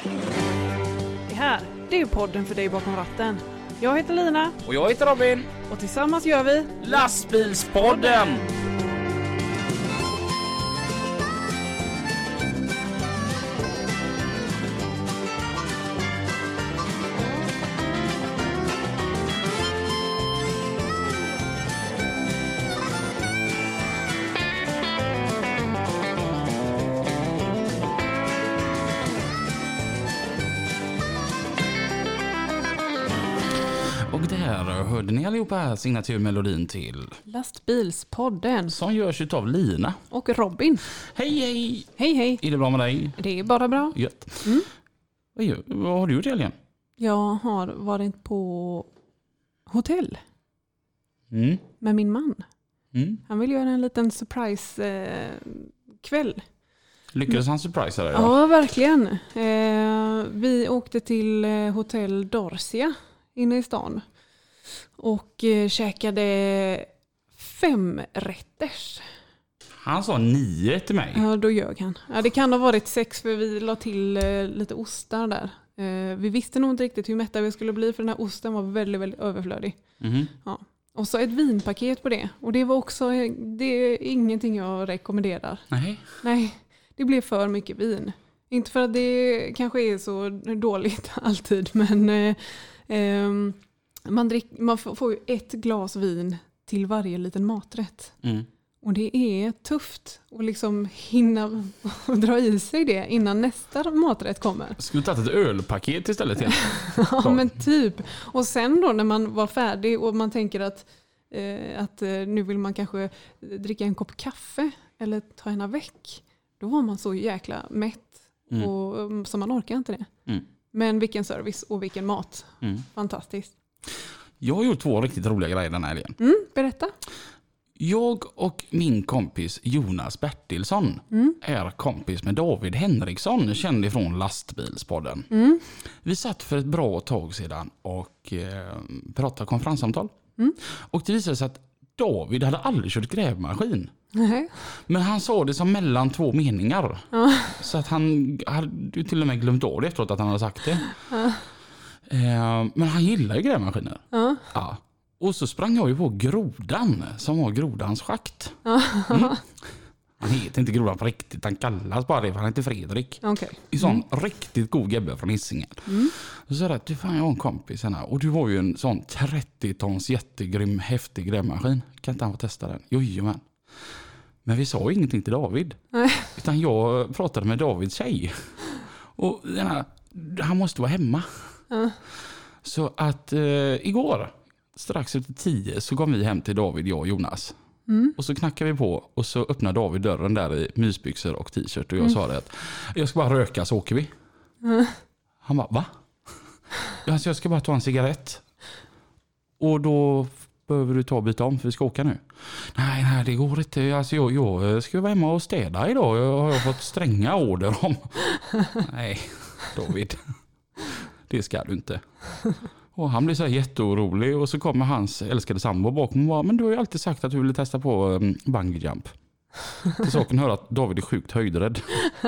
Det här, det är podden för dig bakom ratten. Jag heter Lina. Och jag heter Robin. Och tillsammans gör vi Lastbilspodden! Och där hörde ni allihopa signaturmelodin till Lastbilspodden. som görs utav Lina. Och Robin. Hej hej! Hej hej. Är det bra med dig? Det är bara bra. Gött. Mm. Vad har du gjort i helgen? Jag har varit på hotell Mm. med min man. Mm. Han vill göra en liten surprise kväll. Lyckades han surprisa dig då? Ja, verkligen. Vi åkte till hotell Dorsia inne i stan. Och käkade 5 rätters. Han sa 9 till mig. Ja, då ljög han. Ja, det kan ha varit 6 för vi la till lite ostar där. Vi visste nog inte riktigt hur mätta vi skulle bli för den här osten var väldigt, väldigt överflödig. Mhm. Ja. Och så ett vinpaket på det. Och det var också, det är ingenting jag rekommenderar. Nej, det blev för mycket vin. Inte för att det kanske är så dåligt alltid, men man får ju 1 glas vin till varje liten maträtt. Mm. Och det är tufft att liksom hinna och dra i sig det innan nästa maträtt kommer. Skulle du tagit ett ölpaket istället? Ja, men typ. Och sen då när man var färdig och man tänker att nu vill man kanske dricka en kopp kaffe eller ta en avec. Då var man så jäkla mätt och så man orkar inte det. Mm. Men vilken service och vilken mat. Mm. Fantastiskt. Jag har gjort 2 riktigt roliga grejer den här helgen. Berätta. Jag och min kompis Jonas Bertilsson är kompis med David Henriksson, känd ifrån Lastbilspodden. Vi satt för ett bra tag sedan och pratade konferenssamtal. Och det visade sig att David hade aldrig kört grävmaskin. Nej. Men han sa det som mellan 2 meningar. Så att han hade till och med glömt av det efteråt att han hade sagt det. Men han gillar ju grävmaskiner. Ja. Och så sprang jag ju på Grodan som har Grodans schakt. Han heter inte Grodan på riktigt, han kallas bara det för han heter Fredrik. Okay. En sån riktigt god gubbe från Hisingen. Och så sa jag, du fan jag har en kompis här och du har ju en sån 30-tons jättegrym häftig grävmaskin. Kan inte han få testa den? Jojomän. Men vi sa ingenting till David. Utan jag pratade med Davids tjej. Och han måste vara hemma. Så att igår strax efter 10 så kom vi hem till David, jag och Jonas. Och så knackade vi på och så öppnade David dörren där i mysbyxor och t-shirt och jag sa det att jag ska bara röka så åker vi. Han bara, va? Jag ska bara ta en cigarett. Och då behöver du ta och byta om för vi ska åka nu. Nej, det går inte. Alltså, jag ska vara hemma och städa idag. Jag har fått stränga order om. Nej, David. Det ska du inte. Och han blir så här jätteorolig och så kommer hans älskade sambo bakom och bara, men du har ju alltid sagt att du ville testa på bungee jump. Till saken hör att David är sjukt höjdrädd.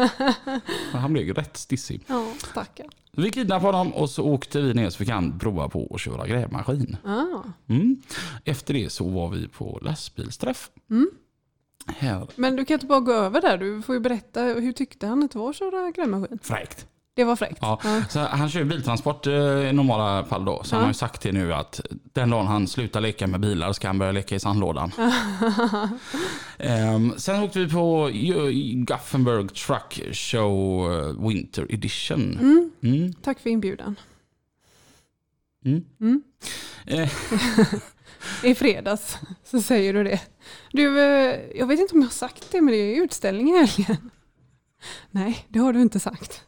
Han blev rätt stissig. Ja, stackar. Vi kidnappade honom och så åkte vi ner så vi kan prova på att köra grävmaskin. Efter det så var vi på lastbilsträff. Här. Men du kan inte bara gå över där. Du får ju berätta, hur tyckte han att det var att köra grävmaskin? Fräckt. Det var fräckt. Ja. Så han kör biltransport i normala fall då. Så han har ju sagt till nu att den dagen han slutar leka med bilar ska han börja leka i sandlådan. Sen åkte vi på Gothenburg Truck Show Winter Edition. Tack för inbjudan. I fredags så säger du det. Du, jag vet inte om jag har sagt det, men det är utställning i helgen. Nej, det har du inte sagt.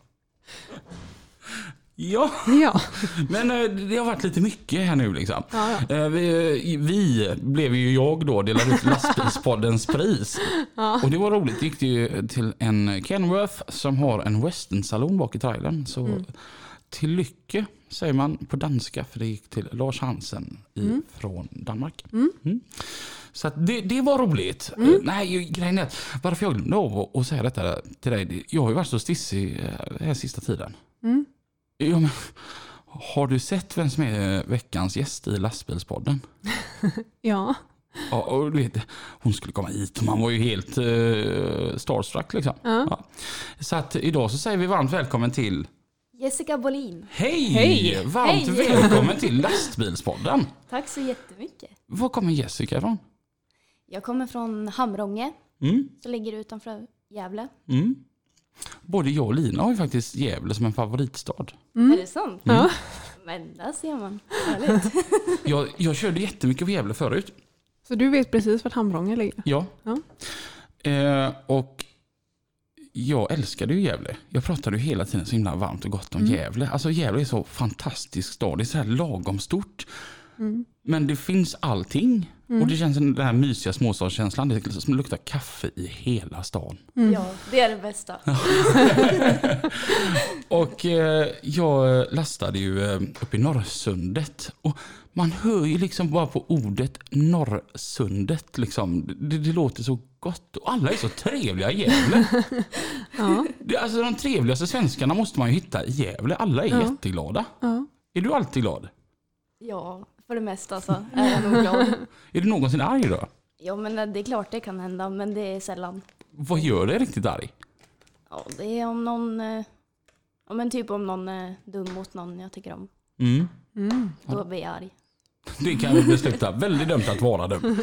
Ja, men det har varit lite mycket här nu liksom. Vi blev ju jag då delade ut lastbilspoddens pris. Och det var roligt, det gick ju till en Kenworth som har en western-salon bak i trailern. Så till lycke säger man på danska, för det gick till Lars Hansen från Danmark. Så att det var roligt. Nej, grejen är att varför jag glömde av att säga detta till dig. Jag har ju varit så stissig här sista tiden. Mm. Ja, men, har du sett vem som är veckans gäst i lastbilspodden? Ja. Ja, och du vet, hon skulle komma hit och man var ju helt starstruck liksom. Ja. Ja. Så att idag så säger vi varmt välkommen till Jessica Bolin. Hej! Hej! Varmt Hej! välkommen till lastbilspodden. Tack så jättemycket. Var kommer Jessica ifrån? Jag kommer från Hamrånge, Mm. som ligger utanför Gävle. Mm. Både jag och Lina har ju faktiskt Gävle som en favoritstad. Är det sant? Ja. Men där ser man. Härligt. Jag körde jättemycket på Gävle förut. Så du vet precis vart Hamrånge ligger? Ja. Ja. Och jag älskade ju Gävle. Jag pratade ju hela tiden så himla varmt och gott om Gävle. Alltså Gävle är så fantastisk stad. Det är så här lagom stort. Mm. Men det finns allting. Och det känns som den här mysiga småstadskänslan. Det som luktar kaffe i hela stan. Ja, det är det bästa. Och jag lastade ju upp i Norrsundet. Och man hör ju liksom bara på ordet Norrsundet. Liksom. Det låter så gott. Och alla är så trevliga i Gävle. Ja. Alltså de trevligaste svenskarna måste man ju hitta i Gävle. Alla är jätteglada. Ja. Är du alltid glad? Ja, för det mesta så är jag nog glad. Är du någonsin arg då? Ja, men det är klart det kan hända, men det är sällan. Vad gör dig riktigt arg? Ja, det är om någon... Ja, men typ om någon är dum mot någon jag tycker om. Mm. Mm. Då blir jag arg. Det kan vi besluta. Väldigt dömt att vara dum.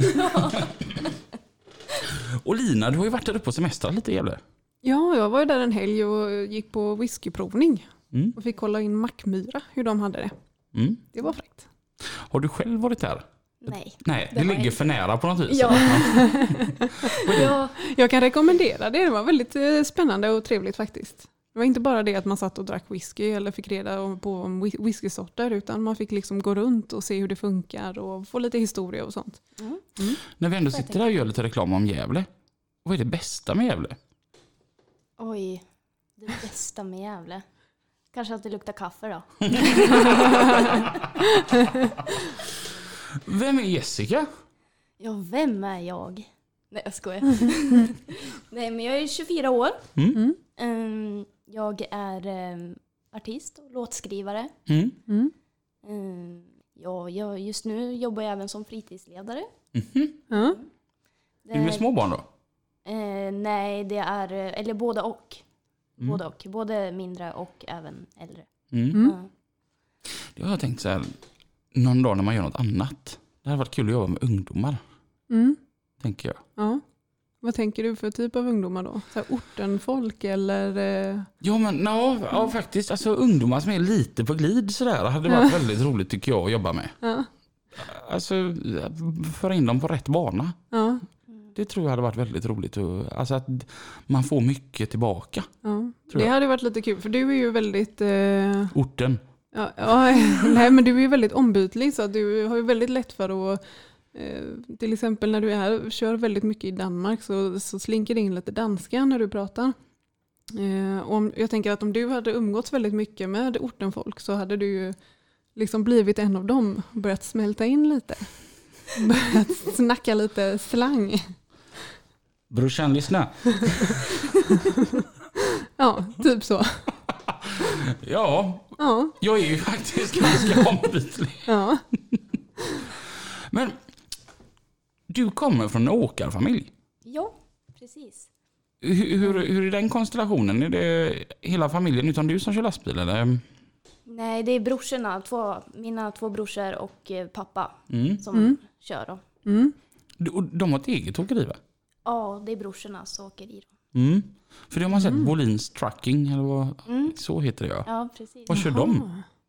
Och Lina, du har ju varit där uppe på semester lite i Gävle. Ja, jag var ju där en helg och gick på whiskyprovning. Mm. Och fick kolla in Mackmyra, hur de hade det. Mm. Det var fräckt. Har du själv varit där? Nej. Nej, Det det var ligger inte. för nära på något vis. Ja. Ja. Jag kan rekommendera det. Det var väldigt spännande och trevligt faktiskt. Det var inte bara det att man satt och drack whisky eller fick reda på whiskysorter, utan man fick liksom gå runt och se hur det funkar och få lite historia och sånt. Mm. När vi ändå sitter där och gör lite reklam om Gävle. Vad är det bästa med Gävle? Oj, det bästa med Gävle. Kanske att det luktar kaffe då. Vem är Jessica? Ja, vem är jag? Nej, jag skojar. Nej, men jag är 24 år. Mm. Jag är artist och låtskrivare. Mm. Ja, just nu jobbar jag även som fritidsledare. Mhm. Ja. Är du med små barn då? Nej, det är eller både och. Mm. Både och. Både mindre och även äldre. Mm. Ja. Det har jag tänkt så här, någon dag när man gör något annat. Det hade varit kul att jobba med ungdomar, Mm. tänker jag. Ja. Vad tänker du för typ av ungdomar då? Så här ortenfolk eller? Ja, men ja, faktiskt. Alltså ungdomar som är lite på glid sådär hade varit väldigt roligt tycker jag att jobba med. Ja. Alltså, föra in dem på rätt bana. Ja. Det tror jag hade varit väldigt roligt. Alltså att man får mycket tillbaka. Ja. Tror Det jag. hade varit lite kul, för du är ju väldigt... Orten. Ja, nej, men du är ju väldigt ombytlig, så att du har ju väldigt lätt för att till exempel när du kör väldigt mycket i Danmark så slinker det in lite danska när du pratar. Jag tänker att om du hade umgåtts väldigt mycket med ortenfolk så hade du ju liksom blivit en av dem och börjat smälta in lite. Börjat snacka lite slang. Brorsan, lyssna. Ja, typ så. Ja, Ja, jag är ju faktiskt ganska ombytlig. ja. Men du kommer från en åkarfamilj. Ja, precis. Hur är den konstellationen? Är det hela familjen utan du som kör lastbil? Eller? Nej, det är brorsorna. Mina två brorsor och pappa som kör då. Mm. Och de har ett eget åkeri, va? Ja, det är brorsornas åkeri då. Mm. För det har man sett Bolins Trucking, eller vad så heter det, ja. Ja, precis. Vad kör de?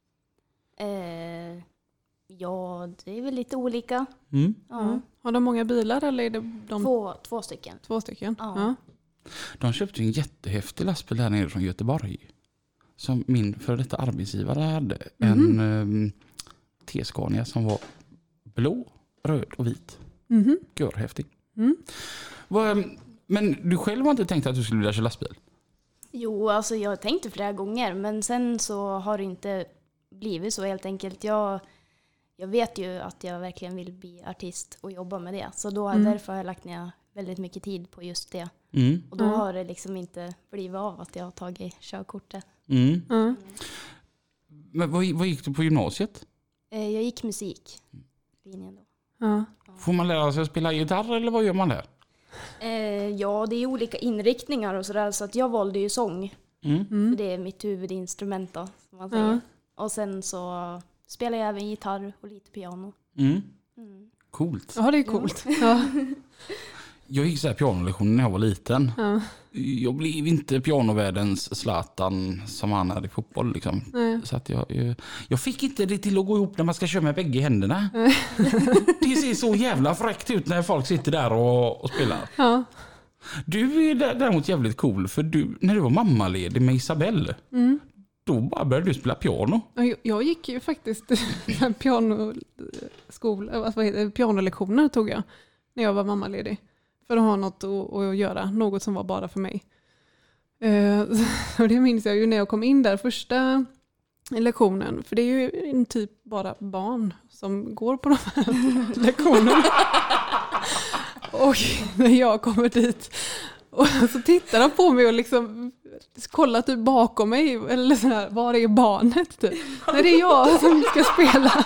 Ja, det är väl lite olika. Mm. Ja. Ja. Har de många bilar eller är det de Två stycken. två stycken? Ja. Ja. De köpte en jättehäftig lastbil här nere från Göteborg. Som min för detta arbetsgivare hade. En T-Scania som var blå, röd och vit. Mhm. Görhäftig. Mm. Men du själv har inte tänkt att du skulle vilja köra lastbil? Jo, alltså jag tänkte flera gånger, men sen så har det inte blivit så helt enkelt. Jag vet ju att jag verkligen vill bli artist och jobba med det. Så då därför har jag lagt ner väldigt mycket tid på just det. Och då Mm. har det liksom inte blivit av att jag har tagit körkortet. Mm. Mm. Men vad gick du på gymnasiet? Jag gick musiklinjen då. Ja. Får man lära sig att spela gitarr eller vad gör man där? Ja, det är olika inriktningar och sådär, så att jag valde ju sång. För det är mitt huvudinstrument då, som man säger. Ja. Och sen så spelar jag även gitarr och lite piano. Coolt. Ja, det är coolt. Ja. Jag gick så här pianolektioner när jag var liten. Ja. Jag blev inte pianovärldens Zlatan som han är i fotboll liksom. Nej. Så att jag fick inte det till att gå ihop när man ska köra med bägge händerna. Det ser så jävla fräckt ut när folk sitter där och spelar. Ja. Du är däremot jävligt cool, för när du var mammaledig med Isabelle, då bara började du spela piano. Jag gick ju faktiskt pianolektioner tog jag när jag var mammaledig. För att ha något att göra, något som var bara för mig. Och det minns jag ju när jag kom in där första lektionen. För det är ju en typ bara barn som går på de här lektionerna. Och när jag kommer dit och så tittar han på mig och liksom kollar typ bakom mig. Eller så här, var är barnet? Typ. Nej, det är jag som ska spela.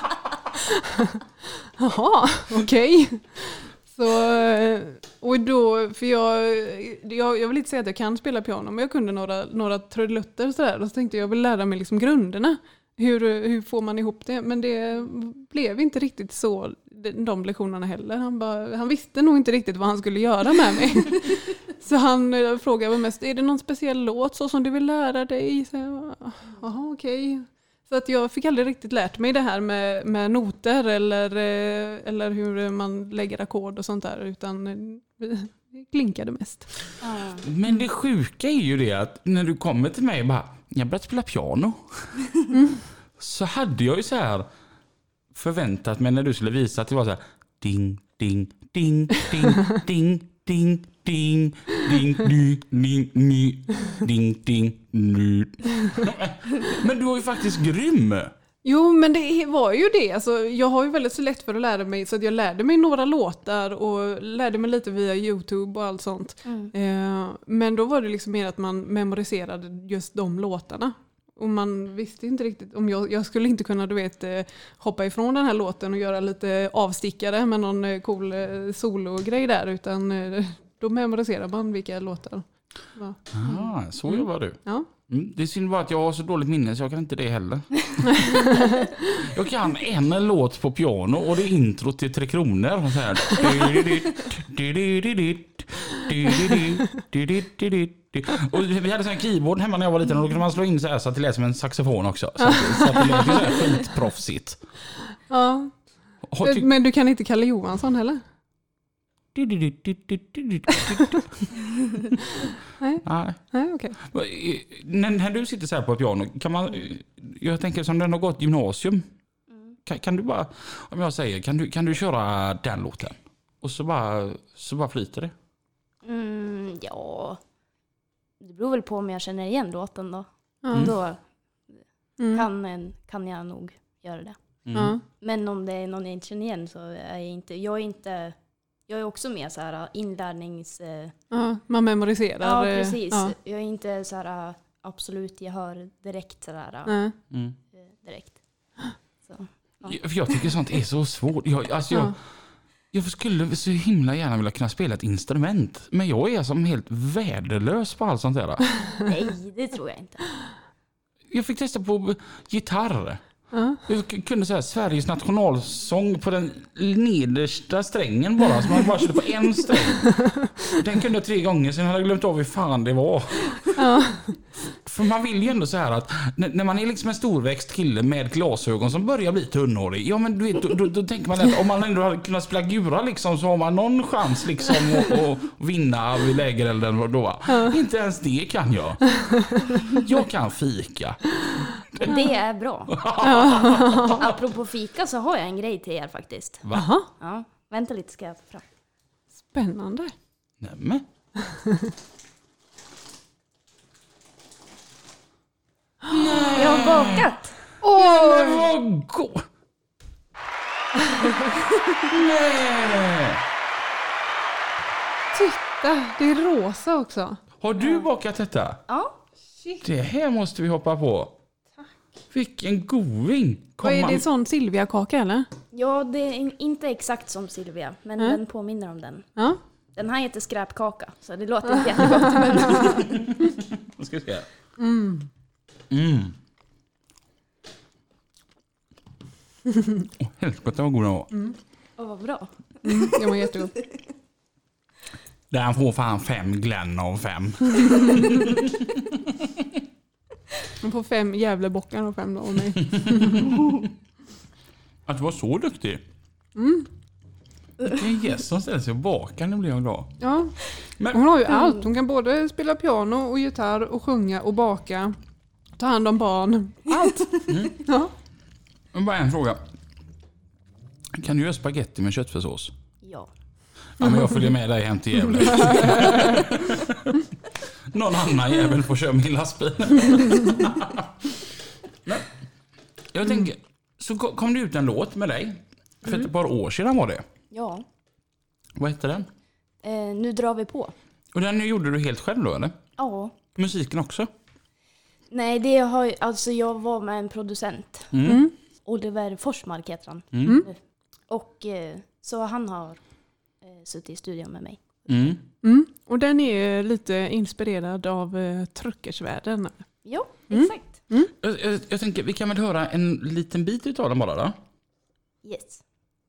Jaha, okej. Så, och då, för jag vill inte säga att jag kan spela piano, men jag kunde några trudelutter sådär. Och så tänkte jag vill lära mig liksom grunderna. Hur får man ihop det? Men det blev inte riktigt så de lektionerna heller. Han visste nog inte riktigt vad han skulle göra med mig. Så han frågade mest, är det någon speciell låt så som du vill lära dig? Så jag, jaha, okej. Så att jag fick aldrig riktigt lärt mig det här med noter eller hur man lägger ackord och sånt där, utan vi klinkade mest. Men det sjuka är ju det att när du kommer till mig och bara, jag började spela piano. Så hade jag ju så här förväntat mig när du skulle visa att det var så här ding, ding, ding, ding, ding, ding, ding, ding, ding, ding, ding, ding, ding. Men du var ju faktiskt grym. Jo, men det var ju det. Alltså, jag har ju väldigt så lätt för att lära mig, så att jag lärde mig några låtar och lärde mig lite via YouTube och allt sånt. Men då var det liksom mer att man memoriserade just de låtarna. Och man visste inte riktigt om jag skulle inte kunna, du vet, hoppa ifrån den här låten och göra lite avstickare med någon cool sologrej där, utan då memoriserar man vilka låtar. Ja. Så jobbar du. Ja. Det är synd bara att jag har så dåligt minne så jag kan inte det heller. Jag kan en låt på piano och det är intro till 3 Kronor. Så här. Och vi hade sån keyboard hemma när jag var liten och då kunde man slå in så här så att det lät som en saxofon också. Så att det lät så här skitproffsigt. Ja. Men du kan inte Kalle Johansson heller? Nej, okej. När du sitter så här på ett piano, kan man, jag tänker som den har gått gymnasium, kan du bara, om jag säger, kan du köra den låten? Och så bara flyter det? Ja, det beror väl på om jag känner igen låten då. Då kan jag nog göra det. Men om det är någon jag inte känner igen så är jag är också mer så här inlärnings... man memoriserar. Ja, precis. Jag är inte så här absolut gehör direkt så där. Direkt. Så, ja. Jag tycker sånt är så svårt. Jag skulle så himla gärna vilja kunna spela ett instrument, men jag är som helt värdelös på allt sånt där. Nej, det tror jag inte. Jag fick testa på gitarr. Jag kunde säga Sveriges nationalsång på den nedersta strängen bara, så man bara körde på en sträng. Den kunde jag 3 gånger, sen hade jag glömt av hur fan det var. För man vill ju ändå så här att när man är liksom en storväxt kille med glasögon som börjar bli tunnhårig, ja men du vet, då tänker man att om man ändå hade kunnat spela gura liksom, så har man någon chans liksom att vinna vid lägerelden då. Inte ens det kan jag. Jag kan fika. Det är bra. Apropå fika så har jag en grej till er faktiskt. Va? Ja, vänta lite ska jag ta fram. Spännande. Nämen. Jag har bakat. Men vad god. Nej. Titta, det är rosa också. Har du bakat detta? Ja. Shit. Det här måste vi hoppa på. Tack. Vilken goding. Vad är det, sån Silvia-kaka eller? Ja, det är inte exakt som Silvia, men den påminner om den. Ja. Den här heter skräpkaka, så det låter inte jättegott. Men... Vad ska jag säga? Helskotta vad god den var. Vad bra. Det var jättegott. Den får fan 5 Glenn av 5. Man får 5 Gävlebockar och 5 av mig. Att du var så duktig. Vilken gäst som ställer sig och bakar, nu blir jag glad. Ja, Men, hon har ju allt. Hon kan både spela piano och gitarr och sjunga och baka. Ta hand om barn. Allt. Ja. men bara en fråga. Kan du göra spaghetti med köttfärssås? Ja. Ja, men jag följer med dig hem till Gävle. Någon annan jävel får köra min lastbil. Men, jag tänker, så kom det ut en låt med dig. För ett par år sedan var det. Ja. Vad hette den? Nu drar vi på. Och den gjorde du helt själv då, eller? Ja. Musiken också? Nej, alltså jag var med en producent. Oliver Forsmark heter han. Och så han har suttit i studion med mig. Och den är lite inspirerad av truckersvärlden. Jo, exakt. Jag tänker, vi kan väl höra en liten bit utav den bara då? Yes.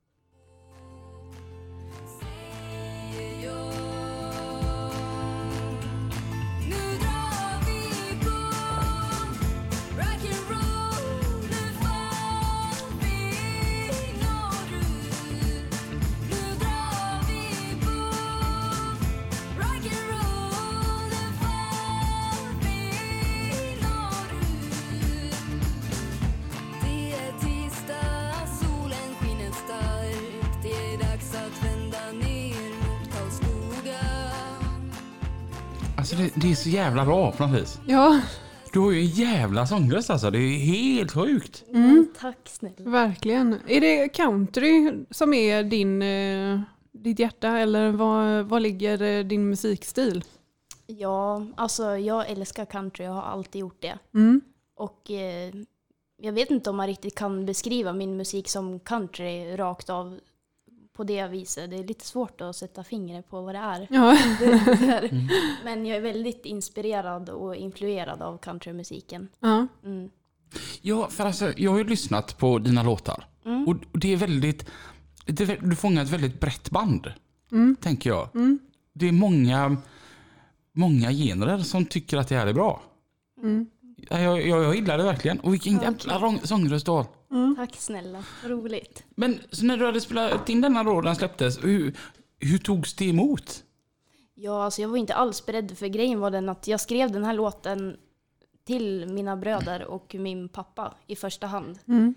Alltså det är så jävla bra på något vis. Ja. Du har ju en jävla sångröst alltså. Det är helt sjukt. Tack snälla. Verkligen. Är det country som är ditt hjärta eller vad ligger din musikstil? Ja, alltså jag älskar country. Jag har alltid gjort det. Och jag vet inte om man riktigt kan beskriva min musik som country rakt av på det viset. Det är lite svårt att sätta fingret på vad det är. Ja. Men jag är väldigt inspirerad och influerad av countrymusiken. Ja. Ja, för alltså, jag har ju lyssnat på dina låtar. Och det är väldigt... Du fångar ett väldigt brett band, tänker jag. Det är många genrer som tycker att det här är bra. Jag gillar det verkligen. Och vilken jävla sångröst du har. Tack snälla, roligt. Men så när du hade spelat in denna då, den släpptes, hur togs det emot? Ja, alltså jag var inte alls beredd, för grejen var den att jag skrev den här låten till mina bröder och min pappa i första hand.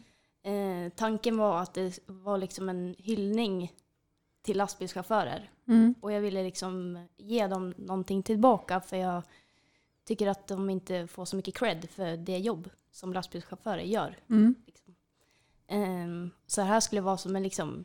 Tanken var att det var liksom en hyllning till lastbilschaufförer. Och jag ville liksom ge dem någonting tillbaka, för jag tycker att de inte får så mycket cred för det jobb som lastbilschaufförer gör. Liksom. Så här skulle vara som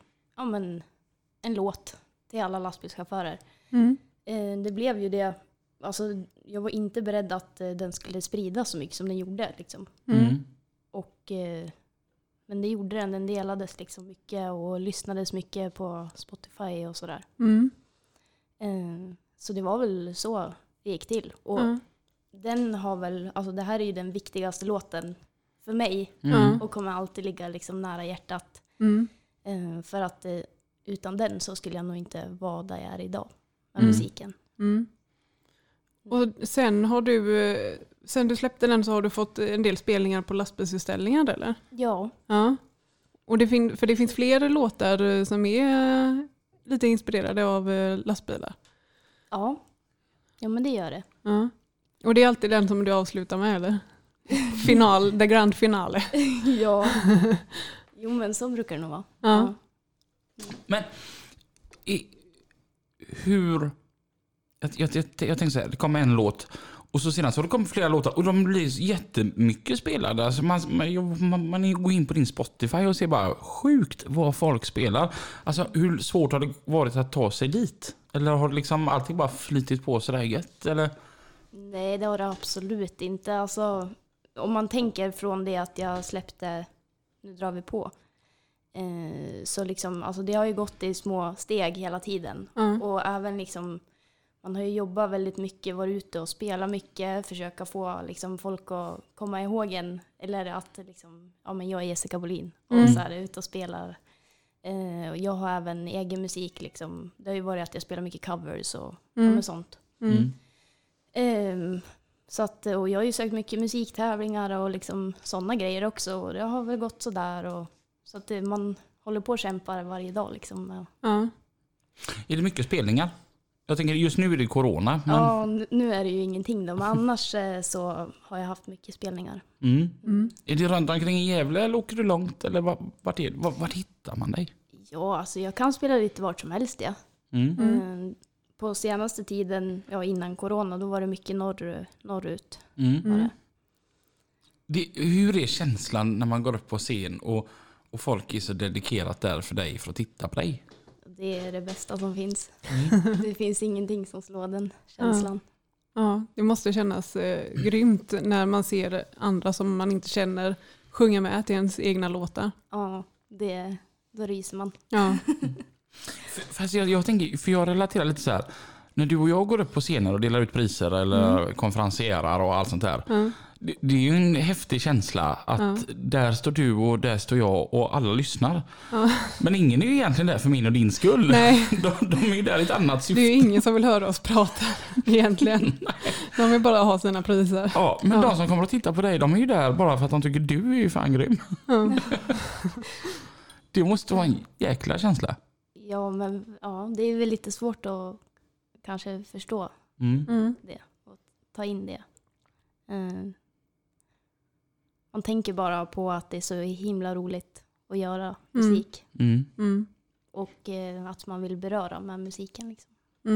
en låt till alla lastbilschaufförer. Det blev ju det. Alltså, jag var inte beredd att den skulle spridas så mycket som den gjorde. Liksom. Och, men det gjorde den. Den delades liksom mycket och lyssnades mycket på Spotify och sådär. Så det var väl så det gick till. Och den har väl, alltså det här är ju den viktigaste låten för mig. Och kommer alltid ligga liksom nära hjärtat. För att utan den så skulle jag nog inte vara där jag är idag med musiken. Och sen du släppte den så har du fått en del spelningar på lastbilsutställningar, eller? Ja. Och det finns fler låtar som är lite inspirerade av lastbilar. Ja, men det gör det. Ja. Och det är alltid den som du avslutar med, eller? Final, the grand finale. Ja. Jo, men så brukar det nog vara. Ja. Men hur... Jag tänker så här, det kommer en låt och så sedan så det kommer flera låtar och de blir jättemycket spelade. Alltså man går in på din Spotify och ser bara sjukt vad folk spelar. Alltså hur svårt har det varit att ta sig dit Eller har liksom allting bara flytit på sådär gött? Eller? Nej, det har det absolut inte. Alltså, om man tänker från det att jag släppte Nu drar vi på. Så liksom, alltså det har ju gått i små steg hela tiden. Och även liksom, man har ju jobbat väldigt mycket, varit ute och spelat mycket, försöka få liksom folk att komma ihåg en. Eller att liksom, ja men jag är Jessica Bolin och så här ute och spelar. Jag har även egen musik liksom. Det har ju varit att jag spelar mycket covers och sånt. Så att, och jag har ju sökt mycket musiktävlingar och liksom sådana grejer också. Och det har väl gått sådär. Och, så att man håller på och kämpar varje dag. Liksom. Ja. Är det mycket spelningar? Jag tänker just nu är det corona. Men... Ja, nu är det ju ingenting då. Men annars så har jag haft mycket spelningar. Är det runt omkring i Gävle eller åker du långt? Eller vart hittar man dig? Ja, alltså jag kan spela lite vart som helst. Ja. På senaste tiden, innan corona, då var det mycket norrut. Hur är känslan när man går upp på scen och folk är så dedikerat där för dig för att titta på dig? Det är det bästa som finns. Det finns ingenting som slår den känslan. Ja, det måste kännas grymt när man ser andra som man inte känner sjunga med till ens egna låtar. Ja, då ryser man. Ja. Fast jag tänker, för jag relaterar lite så här. När du och jag går upp på scener och delar ut priser eller konferencierar och allt sånt där. Det är ju en häftig känsla att där står du och där står jag och alla lyssnar. Men ingen är ju egentligen där för min och din skull. Nej. De är ju där i ett annat syfte. Det är ju ingen som vill höra oss prata egentligen. De vill bara ha sina priser. Ja, men de som kommer att titta på dig, de är ju där bara för att de tycker du är ju fan grym. Det måste vara en jäkla känsla. Ja, men det är väl lite svårt att kanske förstå det och ta in det. Man tänker bara på att det är så himla roligt att göra musik. Och att man vill beröra med musiken. Liksom.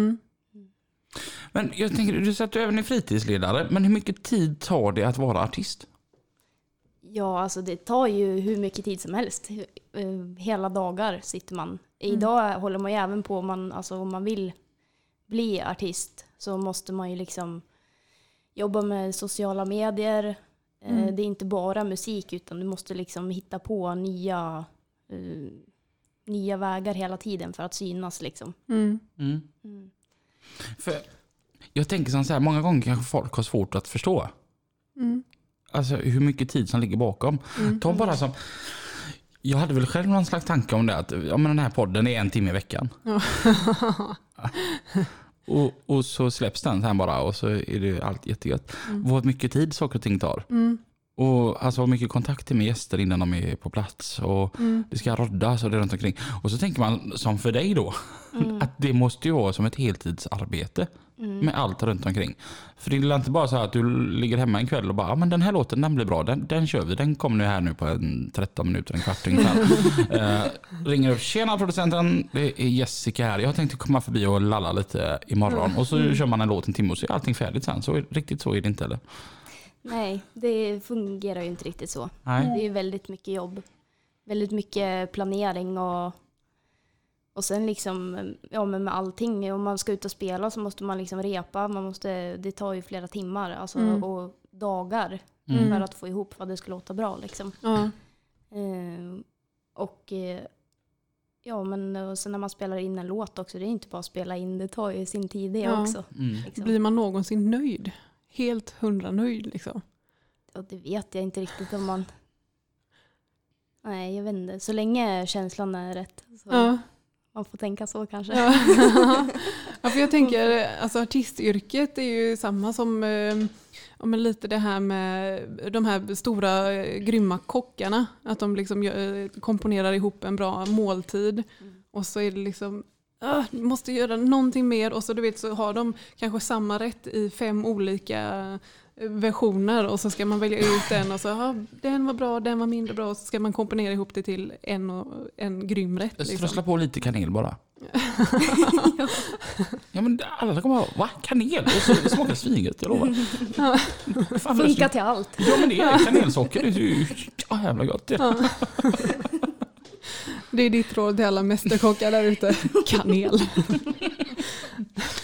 Men jag tänker, du sa att du även är fritidsledare, men hur mycket tid tar det att vara artist? Ja, alltså det tar ju hur mycket tid som helst. Hela dagar sitter man. Idag håller man ju även på, om man vill bli artist så måste man ju liksom jobba med sociala medier. Det är inte bara musik utan du måste liksom hitta på nya vägar hela tiden för att synas liksom. För jag tänker så här, många gånger kanske folk har svårt att förstå. Alltså hur mycket tid som ligger bakom. Ta bara som, jag hade väl själv någon slags tanke om det att men den här podden är 1 timme i veckan. Och så släpps den här bara och så är det allt jättegött. Vad mycket tid saker och ting tar. Och alltså mycket kontakter med gäster innan de är på plats och det ska roddas och det runt omkring. Och så tänker man som för dig då att det måste ju vara som ett heltidsarbete med allt runt omkring. För det är inte bara så här att du ligger hemma en kväll och bara men den här låten den blir bra, den kör vi, den kommer nu här nu på 13 minuter, en kvart ungefär. Ringer upp, tjena producenten, det är Jessica här, jag tänkte komma förbi och lalla lite imorgon och så kör man en låt en timme och så är allting färdigt sen, så riktigt så är det inte eller? Nej, det fungerar ju inte riktigt så. Nej. Det är väldigt mycket jobb. Väldigt mycket planering och sen liksom, men med allting. Om man ska ut och spela så måste man liksom repa. Det tar ju flera timmar alltså, och dagar för att få ihop vad det ska låta bra. Liksom. Och sen när man spelar in en låt också, det är inte bara att spela in, det tar ju sin tid det också. Liksom. Blir man någonsin nöjd? Helt 100 nöjd liksom? Och det vet jag inte riktigt om man... Nej, jag vet inte. Så länge känslan är rätt. Så man får tänka så kanske. Ja, för jag tänker, alltså artistyrket är ju samma som men lite det här med de här stora grymma kockarna. Att de liksom komponerar ihop en bra måltid. Och så är det liksom... måste göra någonting mer och så du vet så har de kanske samma rätt i 5 olika versioner och så ska man välja ut den och så den var bra, den var mindre bra och så ska man komponera ihop det till en grym rätt. Jag liksom. strössla på lite kanel bara. Ja men alla kommer att va? Kanel? Och så smakar svinget, jag lovar. Funkar till allt. Ja men det är kanelsocker, det är ju jävla gott. Det är ditt råd till alla mästerkockar där ute. Kanel.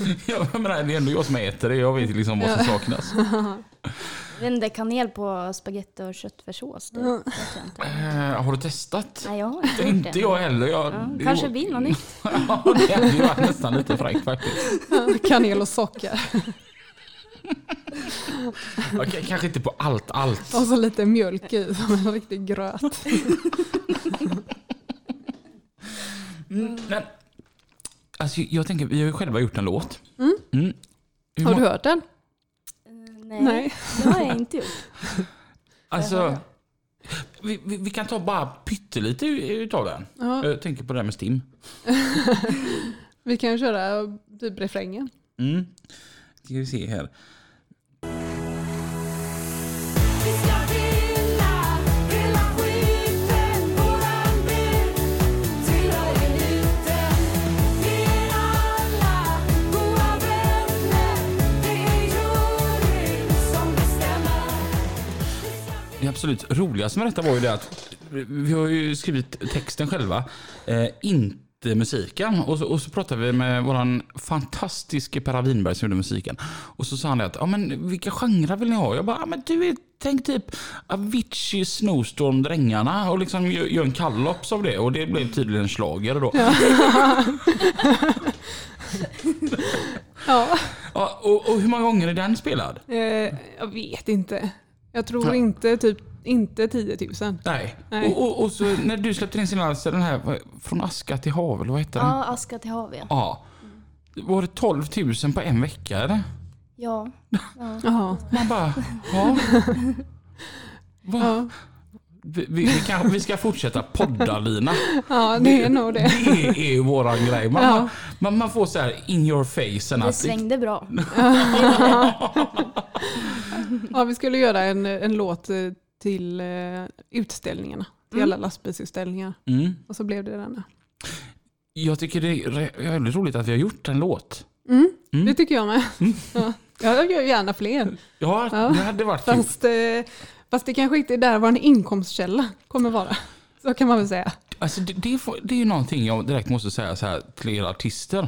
Jag menar, det är ändå jag som äter det. Jag vet liksom vad som saknas. Jag vet inte, kanel på spaghetti och köttfärssås. Det vet jag inte. Har du testat? Nej, jag har inte gjort Inte det. jag heller. Kanske blir något nytt. Ja, det hade ju varit nästan lite fräckt faktiskt. Kanel och socker. Okej, kanske inte på allt. Och så lite mjölk i som en riktig gröt. Men, alltså, jag tänker, vi har ju själva gjort en låt. Har du hört den? Nej, det har jag inte gjort. Alltså, vi kan ta bara pyttelite utav den. Ja. Jag tänker på det här med Stim. Vi kan köra typ refrängen. Ska vi se här. Det absolut roligaste med detta var ju det att vi har ju skrivit texten själva, inte musiken. Och så pratade vi med våran fantastiska Per Winberg som gjorde musiken. Och så sa han att, ja men vilka genrer vill ni ha? Jag bara, ja men du tänk typ Avicii, Snowstorm, Drängarna och liksom gör en kallops av det. Och det blev tydligen en slager då. Ja. Ja. Ja, och hur många gånger är den spelad? Jag vet inte. Jag tror inte 10 000. Nej. Och så när du släppte in sin alltså den här från Aska till hav, eller vad heter den? Ja, Aska till hav, ja. Ja. Var det 12 000 på en vecka, eller? Ja. Jaha. Man bara, ja. Ja. Vi ska fortsätta podda, Lina. Ja, det är nog det. Det är ju våran grej. Man får så här in your face. Det svängde bra. Ja, vi skulle göra en låt till utställningarna. Till alla lastbilsutställningar. Och så blev det den. Jag tycker det är väldigt roligt att vi har gjort en låt. Det tycker jag med. Ja. Jag gör gärna fler. Ja, det hade varit kul. Fast det kanske inte är där vår inkomstkälla kommer vara. Så kan man väl säga. Alltså det är ju någonting jag direkt måste säga så här till er artister.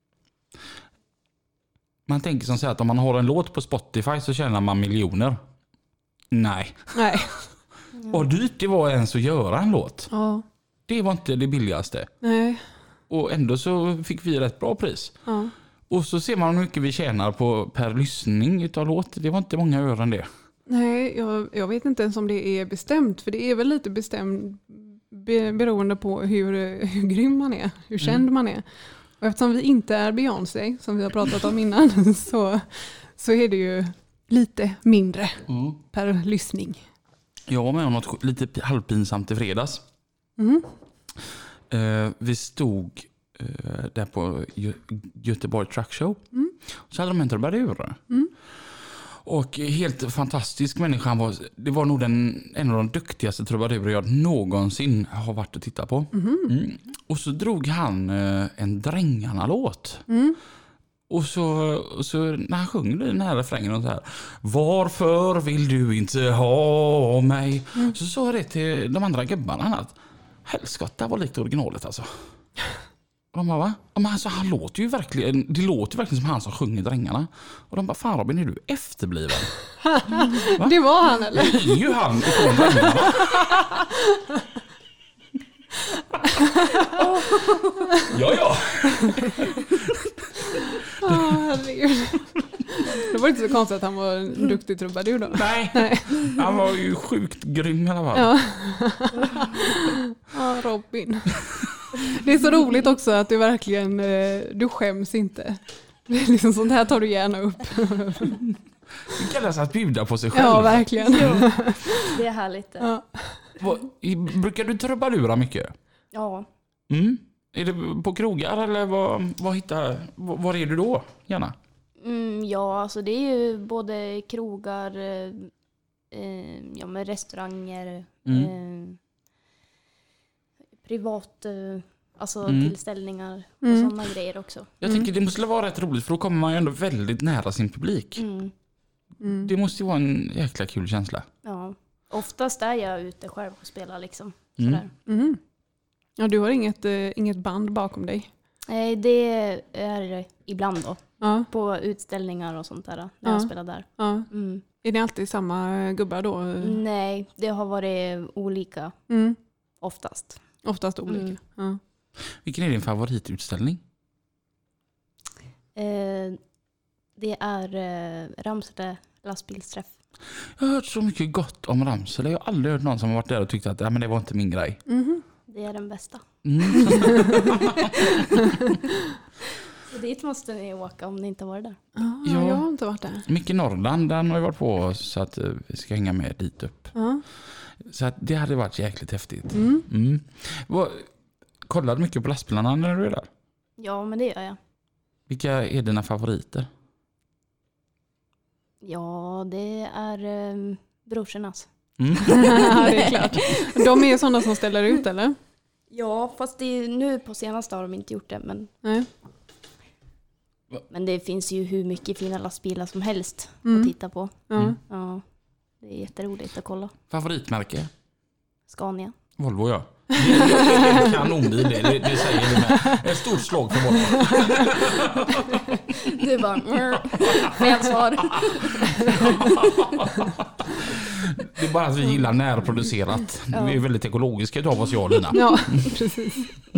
Man tänker som så här att om man har en låt på Spotify så tjänar man miljoner. Nej. Och dyrt det var ens att göra en låt. Ja. Det var inte det billigaste. Nej. Och ändå så fick vi rätt bra pris. Ja. Och så ser man hur mycket vi tjänar per lyssning utav låt. Det var inte många ören det. Nej, jag vet inte ens om det är bestämt. För det är väl lite bestämt beroende på hur grym man är. Hur känd man är. Och eftersom vi inte är Beyoncé, som vi har pratat om innan, så är det ju lite mindre per lyssning. Jag var med om något lite halvpinsamt i fredags. Vi stod där på Göteborg Truck Show. Så hade de en trubadur. Och helt fantastisk människa. Det var nog en av de duktigaste trubadurer jag någonsin har varit och tittat på. Och så drog han en Drängarna-låt. Och så när han sjunger den här refrängen och så här: varför vill du inte ha mig? Så sa jag det till de andra gubbarna att helskott, det var lite originalet alltså. Och de bara, va? Men alltså, det låter ju verkligen som han som sjunger Drängarna. Och de bara, fan Robin, är du efterbliven? Det var han, eller? Det är ju han ifrån Drängarna. Ja. Herregud. Det var inte så konstigt att han var en duktig trubadur då. Nej. Han var ju sjukt grym i alla fall. Ja, Robin. Det är så roligt också att du verkligen, du skäms inte. Det är liksom sånt här tar du gärna upp. Det kallas att bjuda på sig själv. Ja, verkligen. Ja, det är härligt. Ja. Brukar du trubadura mycket? Ja. Är det på krogar eller var är du då gärna? Ja, alltså det är ju både krogar, med restauranger, privat, tillställningar och sådana grejer också. Jag tänker det måste vara rätt roligt för då kommer man ju ändå väldigt nära sin publik. Det måste ju vara en jäkla kul känsla. Ja, oftast är jag ute själv och spelar liksom. Sådär. Ja, du har inget band bakom dig? Nej, det är ibland då. Ja. På utställningar och sånt där när jag spelade där. Ja. Mm. Är det alltid samma gubbar då? Nej, det har varit olika oftast. Oftast olika. Ja. Vilken är din favoritutställning? Det är Ramsele lastbilsträff. Jag har hört så mycket gott om Ramsele. Jag har aldrig hört någon som har varit där och tyckt att men det var inte min grej. Det är den bästa. Så dit måste ni åka om ni inte har varit där. Ja, jag har inte varit där. Mycket Norrland, den har vi varit på så att vi ska hänga med dit upp. Ja. Så att det hade varit jäkligt häftigt. Kollar du mycket på lastbilarna när du är där? Ja, men det gör jag. Vilka är dina favoriter? Ja, det är brorsornas. Ja, det är klart. De är sådana som ställer ut, eller? Ja, fast nu på senaste har de inte gjort det. Nej. Men det finns ju hur mycket fina lastbilar som helst att titta på. Ja, det är jätteroligt att kolla. Favoritmärke? Scania. Volvo, ja. Det är en kanonbil, det säger vi med. Ett stort slag för Volvo. Du bara, fel svar. Det är bara att vi gillar närproducerat. Vi är väldigt ekologiska utav oss, jag och Lina. Ja, precis.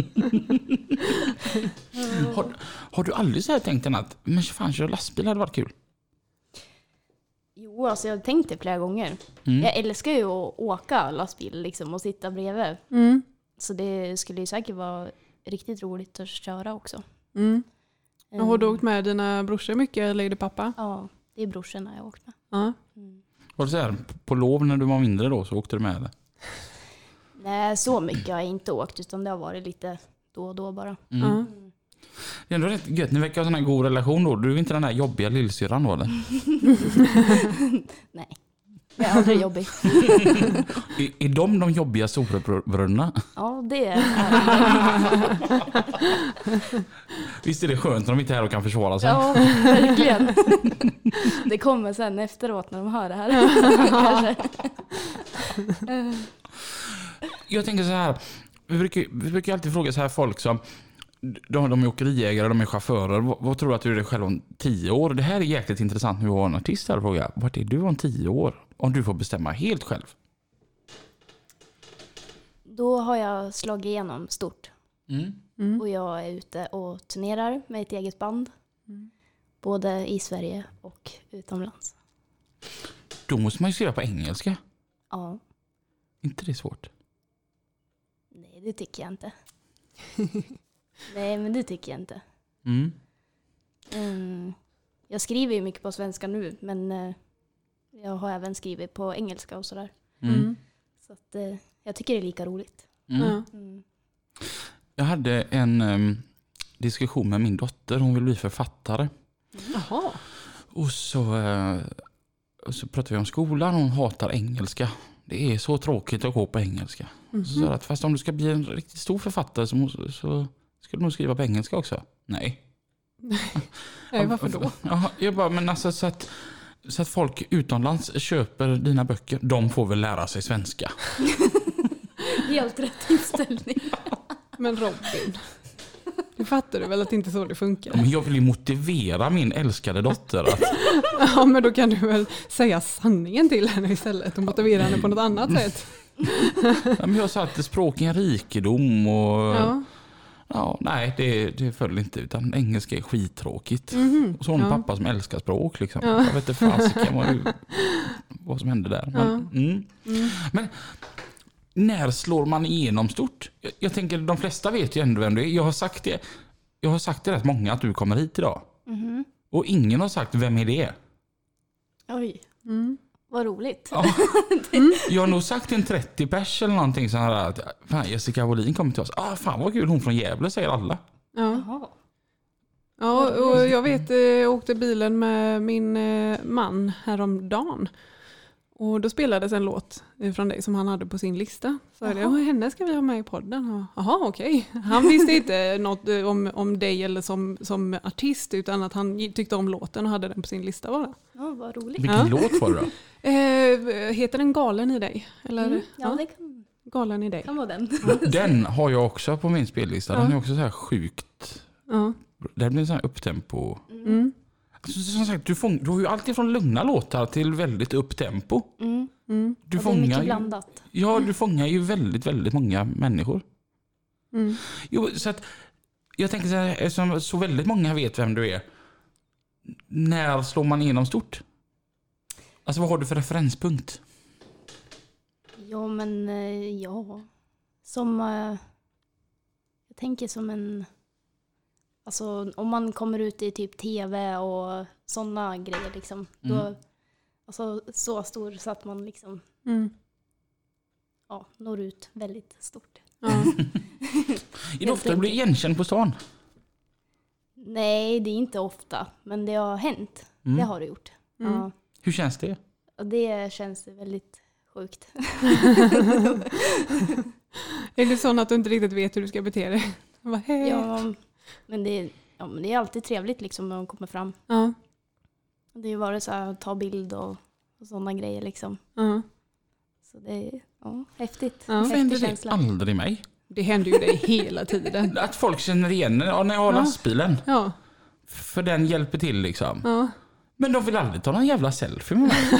Har du aldrig så här tänkt att men fan, köra lastbil hade varit kul? Jo, alltså jag har tänkt det flera gånger. Jag älskar ju att åka lastbil liksom, och sitta bredvid. Så det skulle ju säkert vara riktigt roligt att köra också. Och har du åkt med dina brorsor mycket eller är det pappa? Ja, det är brorsorna jag har åkt med. Ja. Var det så här, på lov när du var mindre då så åkte du med eller? Nej, så mycket har jag inte åkt utan det har varit lite då och då bara. Det är ändå rätt gött, ni verkar ha en sån här god relation då. Du är inte den här jobbiga lillsyrran då eller? Nej, jag är aldrig jobbig. Är de jobbiga storebröderna? Ja, det är Visst är det skönt när de inte är här och kan försvara sig? Ja, verkligen. Det kommer sen efteråt när de hör det här. Kanske. Jag tänker så här, vi brukar alltid fråga så här folk som de är åkeriägare, de är chaufförer. Vad tror du att du är dig själv om 10 år? Det här är jäkligt intressant nu att vara en artist här och fråga. Vart är du om 10 år? Om du får bestämma helt själv. Då har jag slagit igenom stort. Och jag är ute och turnerar med ett eget band. Både i Sverige och utomlands. Då måste man ju skriva på engelska. Ja. Inte det svårt? Nej, det tycker jag inte. Nej, men det tycker jag inte. Jag skriver ju mycket på svenska nu, men jag har även skrivit på engelska och sådär. Så att, jag tycker det är lika roligt. Jag hade en diskussion med min dotter. Hon vill bli författare. Jaha. Och så pratade vi om skolan. Hon hatar engelska. Det är så tråkigt att gå på engelska. Så att fast om du ska bli en riktigt stor författare så ska du nog skriva på engelska också. Nej. Nej, varför då? Ja, jag bara, men alltså så att folk utomlands köper dina böcker, de får väl lära sig svenska. Helt rätt inställning. Men Robin, du fattar du väl att det inte är så det funkar? Men jag vill ju motivera min älskade dotter att... Ja, men då kan du väl säga sanningen till henne istället och motivera henne på något annat sätt. Ja, men jag sa att språk är en rikedom och... Ja, nej, det föll inte, utan engelska är skittråkigt. Och så har hon pappa som älskar språk liksom. Jag vet inte fasiken vad som hände där. Men när slår man igenom stort? Jag tänker de flesta vet ju ändå vem det är. Jag har sagt det rätt många att du kommer hit idag. Och ingen har sagt vem är det? Oj. Vad roligt. Ja. Jag har nog sagt en 30 pers eller någonting så här att fan, Jessica Wåhlin kommer till oss. Fan vad kul, hon från Gävle säger alla. Ja. Ja, och jag vet, jag åkte bilen med min man häromdagen. Och då spelades en låt från dig som han hade på sin lista. Så jag, henne ska vi ha med i podden. Jaha, okej. Han visste inte något om dig eller som artist, utan att han tyckte om låten och hade den på sin lista bara. Ja, vad roligt. Vilken låt var det då? Heter den Galen i dig? Eller? Ja, det kan... Galen i dig. Kan vara den. Den har jag också på min spellista. Den är också så här sjukt. Ja. Det blir så här upptempo. Alltså, som sagt, du har ju alltid från lugna låtar till väldigt upptempo. Du och det är mycket blandat. Ja, du fångar ju väldigt, väldigt många människor. Jo, så att jag tänker så här, eftersom så väldigt många vet vem du är. När slår man igenom stort? Alltså vad har du för referenspunkt? Ja, men som jag tänker som en, alltså om man kommer ut i typ tv och sådana grejer liksom, då alltså så stor så att man liksom når ut väldigt stort. Är det ofta du blir igenkänd på stan? Nej, det är inte ofta, men det har hänt. Det har det gjort. Ja. Hur känns det? Och det känns väldigt sjukt. Är det så att du inte riktigt vet hur du ska bete dig? Ja, men det är alltid trevligt liksom när de kommer fram. Ja. Det är ju bara så här, ta bild och sådana grejer liksom. Så det är häftigt. Varför händer det aldrig mig? Det händer ju dig hela tiden. Att folk känner igen när jag har lastbilen. Ja. För den hjälper till liksom. Ja. Men de vill aldrig ta någon jävla selfie med mig.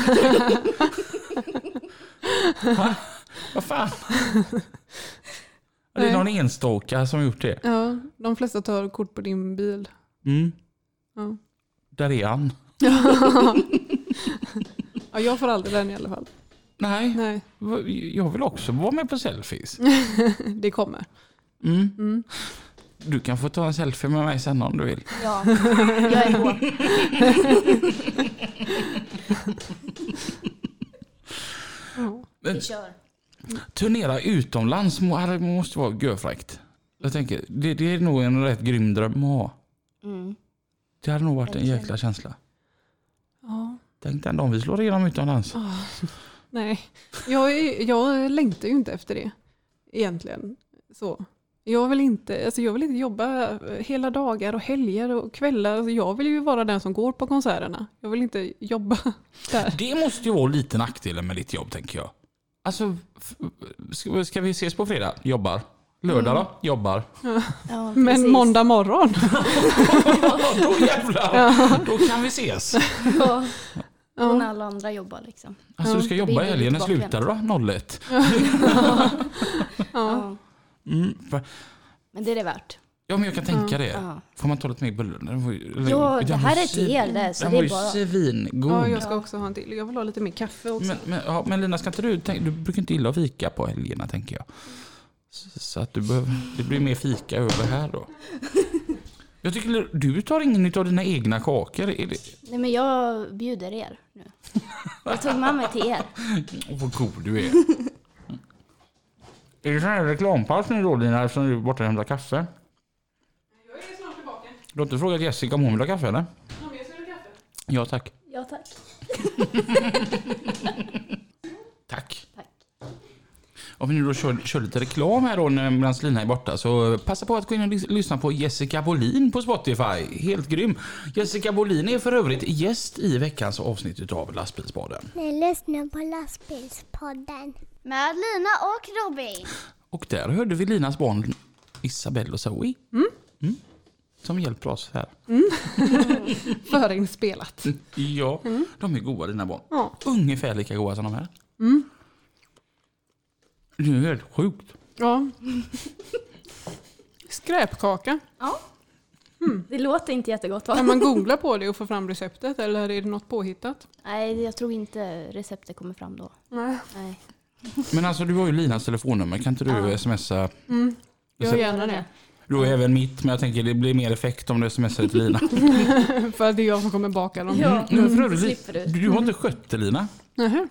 Va? Vad fan? Det är någon enstaka som har gjort det. Ja, de flesta tar kort på din bil. Ja. Där är han. Ja, jag får aldrig den i alla fall. Nej. Jag vill också vara med på selfies. Det kommer. Du kan få ta en selfie med mig sen om du vill. Ja, jag är på. Vi kör. Turnera utomlands måste vara görfräckt. Jag tänker, det är nog en rätt grym dröm att ha. Det hade nog varit en jäkla känsla. Ja. Tänk den dagen vi slår igenom utomlands. Nej, jag längtar ju inte efter det egentligen. Så. Jag vill inte jobba hela dagar och helger och kvällar. Alltså jag vill ju vara den som går på konserterna. Jag vill inte jobba där. Det måste ju vara lite nackdelen med ditt jobb, tänker jag. Alltså, ska vi ses på fredag? Jobbar. Lördag då? Jobbar. Ja, men måndag morgon. Då jävlar. Då kan vi ses. Ja. Och när alla andra jobbar liksom. Alltså du ska jobba i helgen, när slutar du då? 01. Ja. Men det är det värt. Ja, men jag kan tänka det. Får man ta lite mer bullar? Ja, det här är till er där. Så den det var är ju bara... svingod. Ja, jag ska också ha en till. Jag vill ha lite mer kaffe också. Men Lina, ska inte du brukar inte gilla att fika på helgerna, tänker jag. Så att det blir mer fika över här då. Jag tycker du tar ingen av dina egna kakor. Nej, men jag bjuder er nu. Jag tog med mig till er. Vad god du är. Är det sån här reklampass nu då, Lina, eftersom du är borta och hämtar kaffe? Jag är snart tillbaka. Du har inte frågat Jessica om hon vill ha kaffe, eller? Ja, men jag ska ha kaffe. Ja, tack. Ja, tack. Tack. Tack. Om vi nu då kör lite reklam här då medan Lina är borta, så passa på att gå in och lyssna på Jessica Bolin på Spotify. Helt grym. Jessica Bolin är för övrigt gäst i veckans avsnitt av Lastbilspodden. Ni lyssnar på Lastbilspodden med Lina och Robin. Och där hörde vi Linas barn Isabelle och Zoe. Som hjälper oss här. Förinspelat. Ja, de är goda, dina barn. Ja. Ungefär lika goda som de här. Det är helt sjukt. Ja. Skräpkaka. Ja. Det låter inte jättegott, va? Kan man googla på det och få fram receptet, eller är det något påhittat? Nej, jag tror inte receptet kommer fram då. Nej. Nej. Men alltså, du har ju Linas telefonnummer. Kan inte du smsa? Jag gärna det. Du har även mitt, men jag tänker det blir mer effekt om du smsar till Lina. För det är jag som kommer baka dem. Ja, För övrigt, slipper du. du har inte skött det, Lina. Nähä.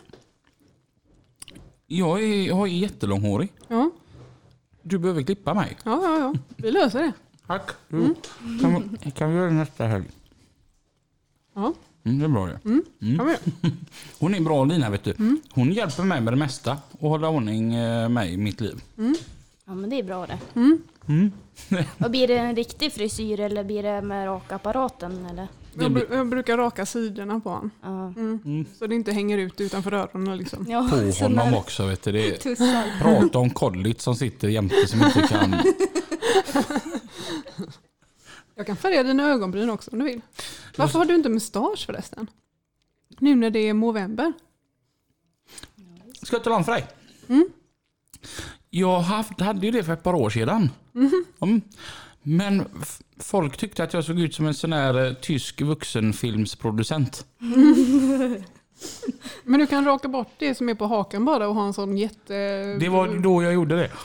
Jag är jättelånghårig. Ja. Du behöver klippa mig. Ja. Vi löser det. Tack. Kan vi göra det nästa helg? Ja. Det är bra det. Kan vi göra. Hon är bra, Lina, vet du. Hon hjälper mig med det mesta och håller ordning mig i mitt liv. Ja, men det är bra det. Och blir det en riktig frisyr eller blir det med rakapparaten eller? Jag brukar raka sidorna på honom. Ja. Så det inte hänger ut utanför öronen liksom. Ja, På så honom när- också, vet du. Det är, Tussar. prata om kollit som sitter jämte som inte kan. Jag kan färga dina ögonbryn också om du vill. Varför har du inte mustasch förresten? Nu när det är november. Ska jag tala om för dig? Mm. Jag hade ju det för ett par år sedan. Men folk tyckte att jag såg ut som en sån här tysk vuxenfilmsproducent. Men du kan raka bort det som är på hakan bara och ha en sån jätte... Det var då jag gjorde det.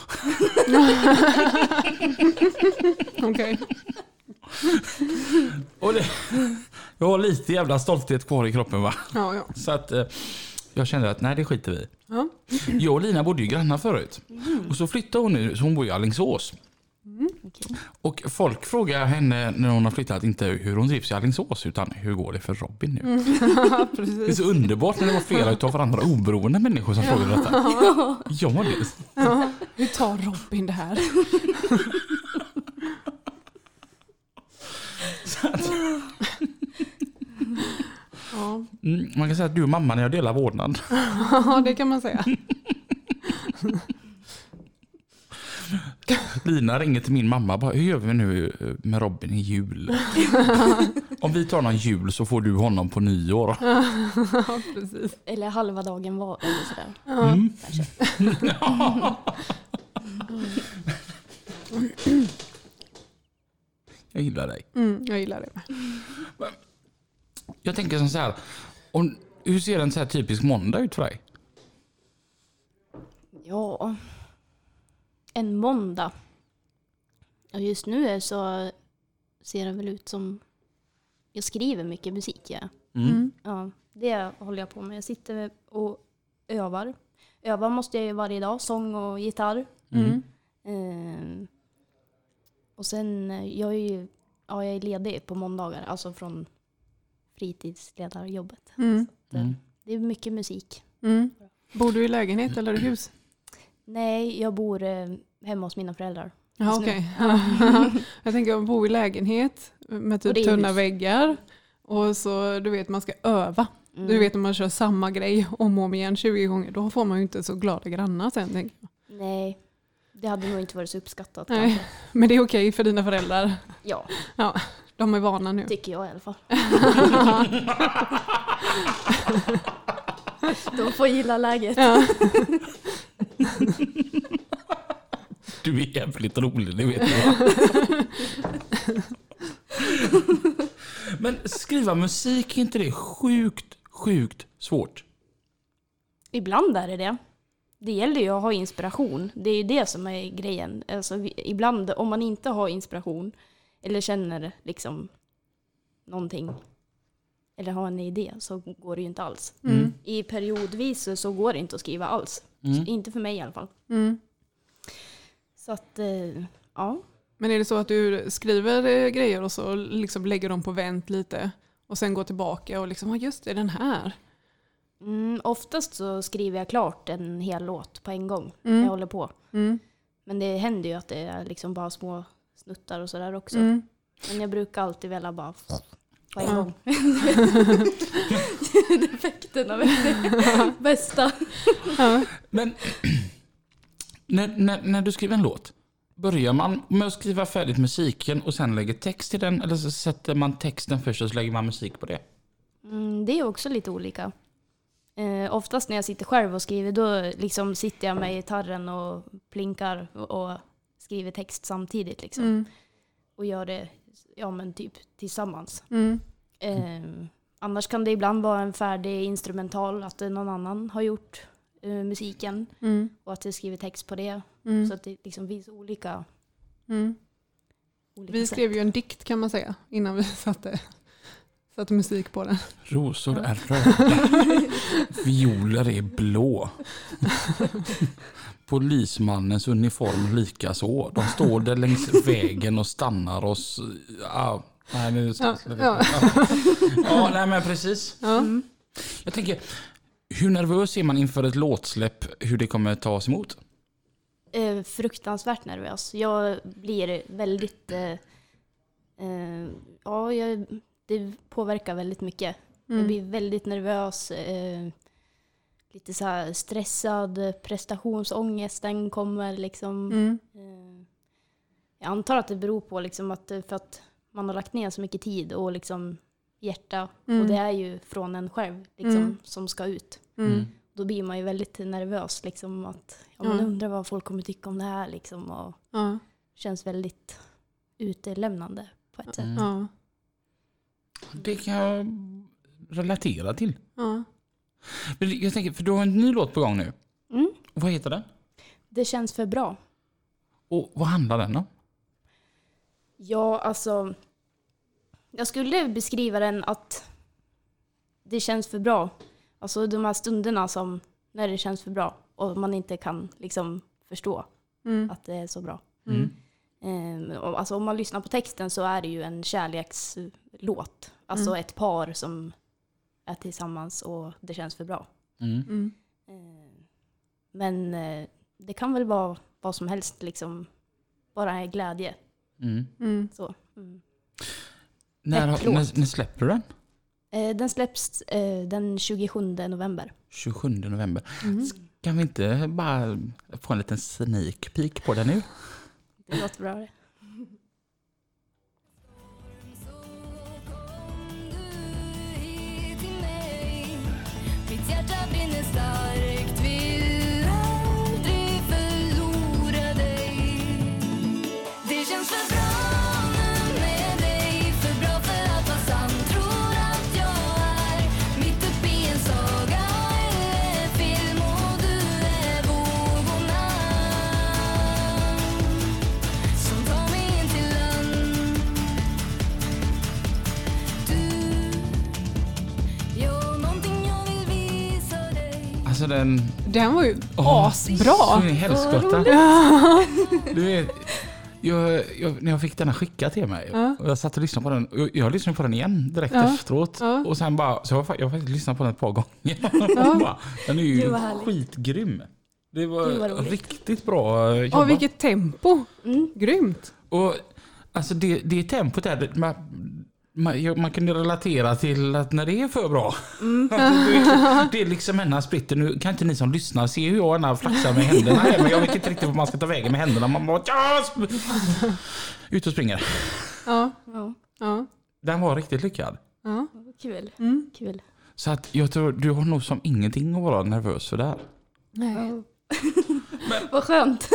Okej. Och jag har lite jävla stolthet kvar i kroppen, va? Ja. Så att jag kände att nej, det skiter vi i. Ja. Jag och Lina bodde ju grannar förut. Och så flyttade hon nu, så hon bor i Alingsås. Okay. Och folk frågar henne när hon har flyttat inte hur hon trivs i Alingsås, utan hur går det för Robin nu? Det är så underbart när det var flera utav varandra oberoende människor som frågade detta. Ja, det. Ja. Hur tar Robin det här? Ja. Man kan säga att du och mamma när jag delar vårdnad. Ja, det kan man säga. Lina ringer till min mamma bara, hur gör vi nu med Robin i jul? Om vi tar någon jul så får du honom på nyår. Ja, precis. Eller halva dagen var eller sådär. Ja. Jag gillar dig. Jag gillar det med. Jag tänker som så här, hur ser en så här typisk måndag ut för dig? Ja, en måndag. Och just nu så ser det väl ut som jag skriver mycket musik. Ja. Ja, det håller jag på med. Jag sitter och övar. Övar måste jag ju varje dag, sång och gitarr. Och sen jag är ledig på måndagar, alltså från fritidsledarjobbet. Det är mycket musik. Bor du i lägenhet eller i hus? Nej, jag bor hemma hos mina föräldrar. Ja, okej. Jag tänker att bo i lägenhet med typ tunna väggar. Och så du vet man ska öva. Du vet om man kör samma grej om och om igen 20 gånger. Då får man ju inte så glada grannar sen, tänker jag. Nej, det hade nog inte varit så uppskattat. Nej, kanske. men det är okej för dina föräldrar. Ja, Ja, de är vana nu. tycker jag i alla fall. De får gilla läget. Ja. Du är jävligt rolig, det vet jag. Men skriva musik, är inte det sjukt svårt? Ibland är det. Det gäller ju att ha inspiration. Det är ju det som är grejen. Alltså, ibland om man inte har inspiration eller känner liksom någonting eller har en idé så går det ju inte alls. I periodvis så går det inte att skriva alls. Inte för mig i alla fall. Så att, ja. Men är det så att du skriver grejer och så liksom lägger dem på vänt lite och sen går tillbaka och liksom, just det, den här. Oftast så skriver jag klart en hel låt på en gång när jag håller på. Men det händer ju att det är liksom bara små snuttar och sådär också. Men jag brukar alltid vilja bara på en gång. Effekterna är det bästa. Men när du skriver en låt, börjar man med att skriva färdigt musiken och sen lägger text till den, eller så sätter man texten först och så lägger man musik på det? Det är också lite olika. Oftast när jag sitter själv och skriver, då liksom sitter jag med gitarren och plinkar och skriver text samtidigt liksom. Och gör det typ tillsammans. Annars kan det ibland vara en färdig instrumental, att någon annan har gjort musiken och att jag skriver text på det. Så att det liksom finns olika Vi skrev ju en dikt, kan man säga, innan vi satte musik på den. Rosor är röda, violer är blå. Polismannens uniform lika så. De står där längs vägen och stannar oss. Nej, men precis. Jag tänker, hur nervös är man inför ett låtsläpp, hur det kommer tas emot? Fruktansvärt nervös. Jag blir väldigt det påverkar väldigt mycket. Jag blir väldigt nervös, lite så här stressad, prestationsångesten kommer liksom. Jag antar att det beror på liksom för att man har lagt ner så mycket tid och liksom hjärta. Och det är ju från en själv liksom, som ska ut. Då blir man ju väldigt nervös. Liksom, att man undrar vad folk kommer tycka om det här. Liksom, och känns väldigt utelämnande på ett sätt. Det kan jag relatera till. Men jag tänker, för du har en ny låt på gång nu. Vad heter den? Det känns för bra. Och vad handlar den om? Ja, alltså... Jag skulle beskriva den att det känns för bra. Alltså de här stunderna som när det känns för bra och man inte kan liksom förstå att det är så bra. Alltså om man lyssnar på texten så är det ju en kärlekslåt. Alltså ett par som är tillsammans och det känns för bra. Men det kan väl vara vad som helst liksom. Bara glädje. Så. När släpper du den? Den släpps den 27 november. 27 november. Kan vi inte bara få en liten sneak peek på den nu? Det låter bra det. Mitt hjärta brinner starkt, vill aldrig förlora dig. Det känns för bra nu med dig, för bra för att vara sant. Tror att jag är mitt uppe i en saga eller film och du är vågorna som tar mig in till land. Du, ja, någonting jag vill visa dig. Alltså Den var ju asbra. Helskotta. Du vet, när jag fick den skicka till mig och jag satt och lyssnade på den och jag lyssnade på den igen direkt efteråt och sen bara så jag faktiskt lyssnat på den ett par gånger. Den är ju skitgrym. Det var riktigt bra jobbat. Ja, vilket tempo. Grymt. Och alltså det tempot där man kunde relatera till att när det är för bra. Det är liksom en splitter. Nu kan inte ni som lyssnar se hur jag ena flaxar med händerna här, men jag vet inte riktigt vad man ska ta vägen med händerna. Man bara ut och springer. Ja. Den var riktigt lyckad. Ja. Kul. Kul. Så att jag tror du har nog som ingenting att vara nervös för där. Nej. Vad skönt.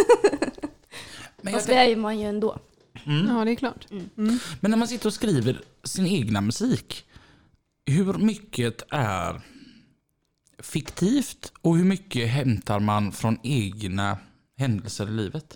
Men fast det är man ju ändå. Ja, det är klart. Men när man sitter och skriver sin egna musik, hur mycket är fiktivt och hur mycket hämtar man från egna händelser i livet?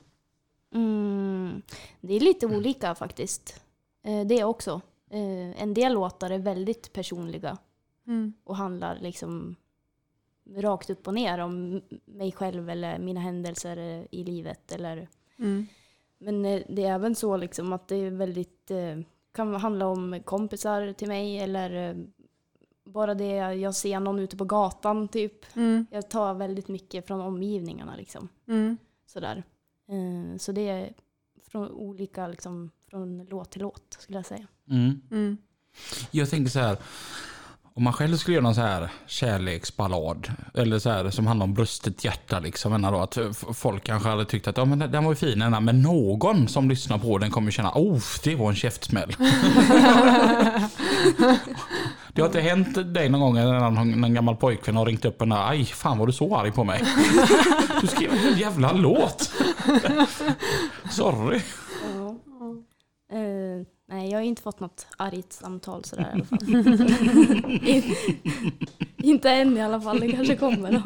Det är lite olika faktiskt. Det är också. En del låtar är väldigt personliga och handlar liksom rakt upp och ner om mig själv eller mina händelser i livet. Eller... Men det är även så liksom att det är väldigt, kan handla om kompisar till mig eller bara det jag ser någon ute på gatan typ. Jag tar väldigt mycket från omgivningarna liksom. Sådär. Så det är från olika liksom, från låt till låt skulle jag säga. Jag tänker så här, om man själv skulle göra någon så här kärleksballad eller så här som handlar om bröstet hjärta liksom, då, att folk kanske hade tyckt att men den var ju fin, men någon som lyssnar på den kommer känna det var en käftsmäll. Det har inte hänt dig någon gång när någon gammal pojkvän har ringt upp och aj, fan var du så arg på mig? Du skrev en jävla låt. Sorry. Nej, jag har inte fått något argt samtal sådär i alla fall. Inte än i alla fall, det kanske kommer då.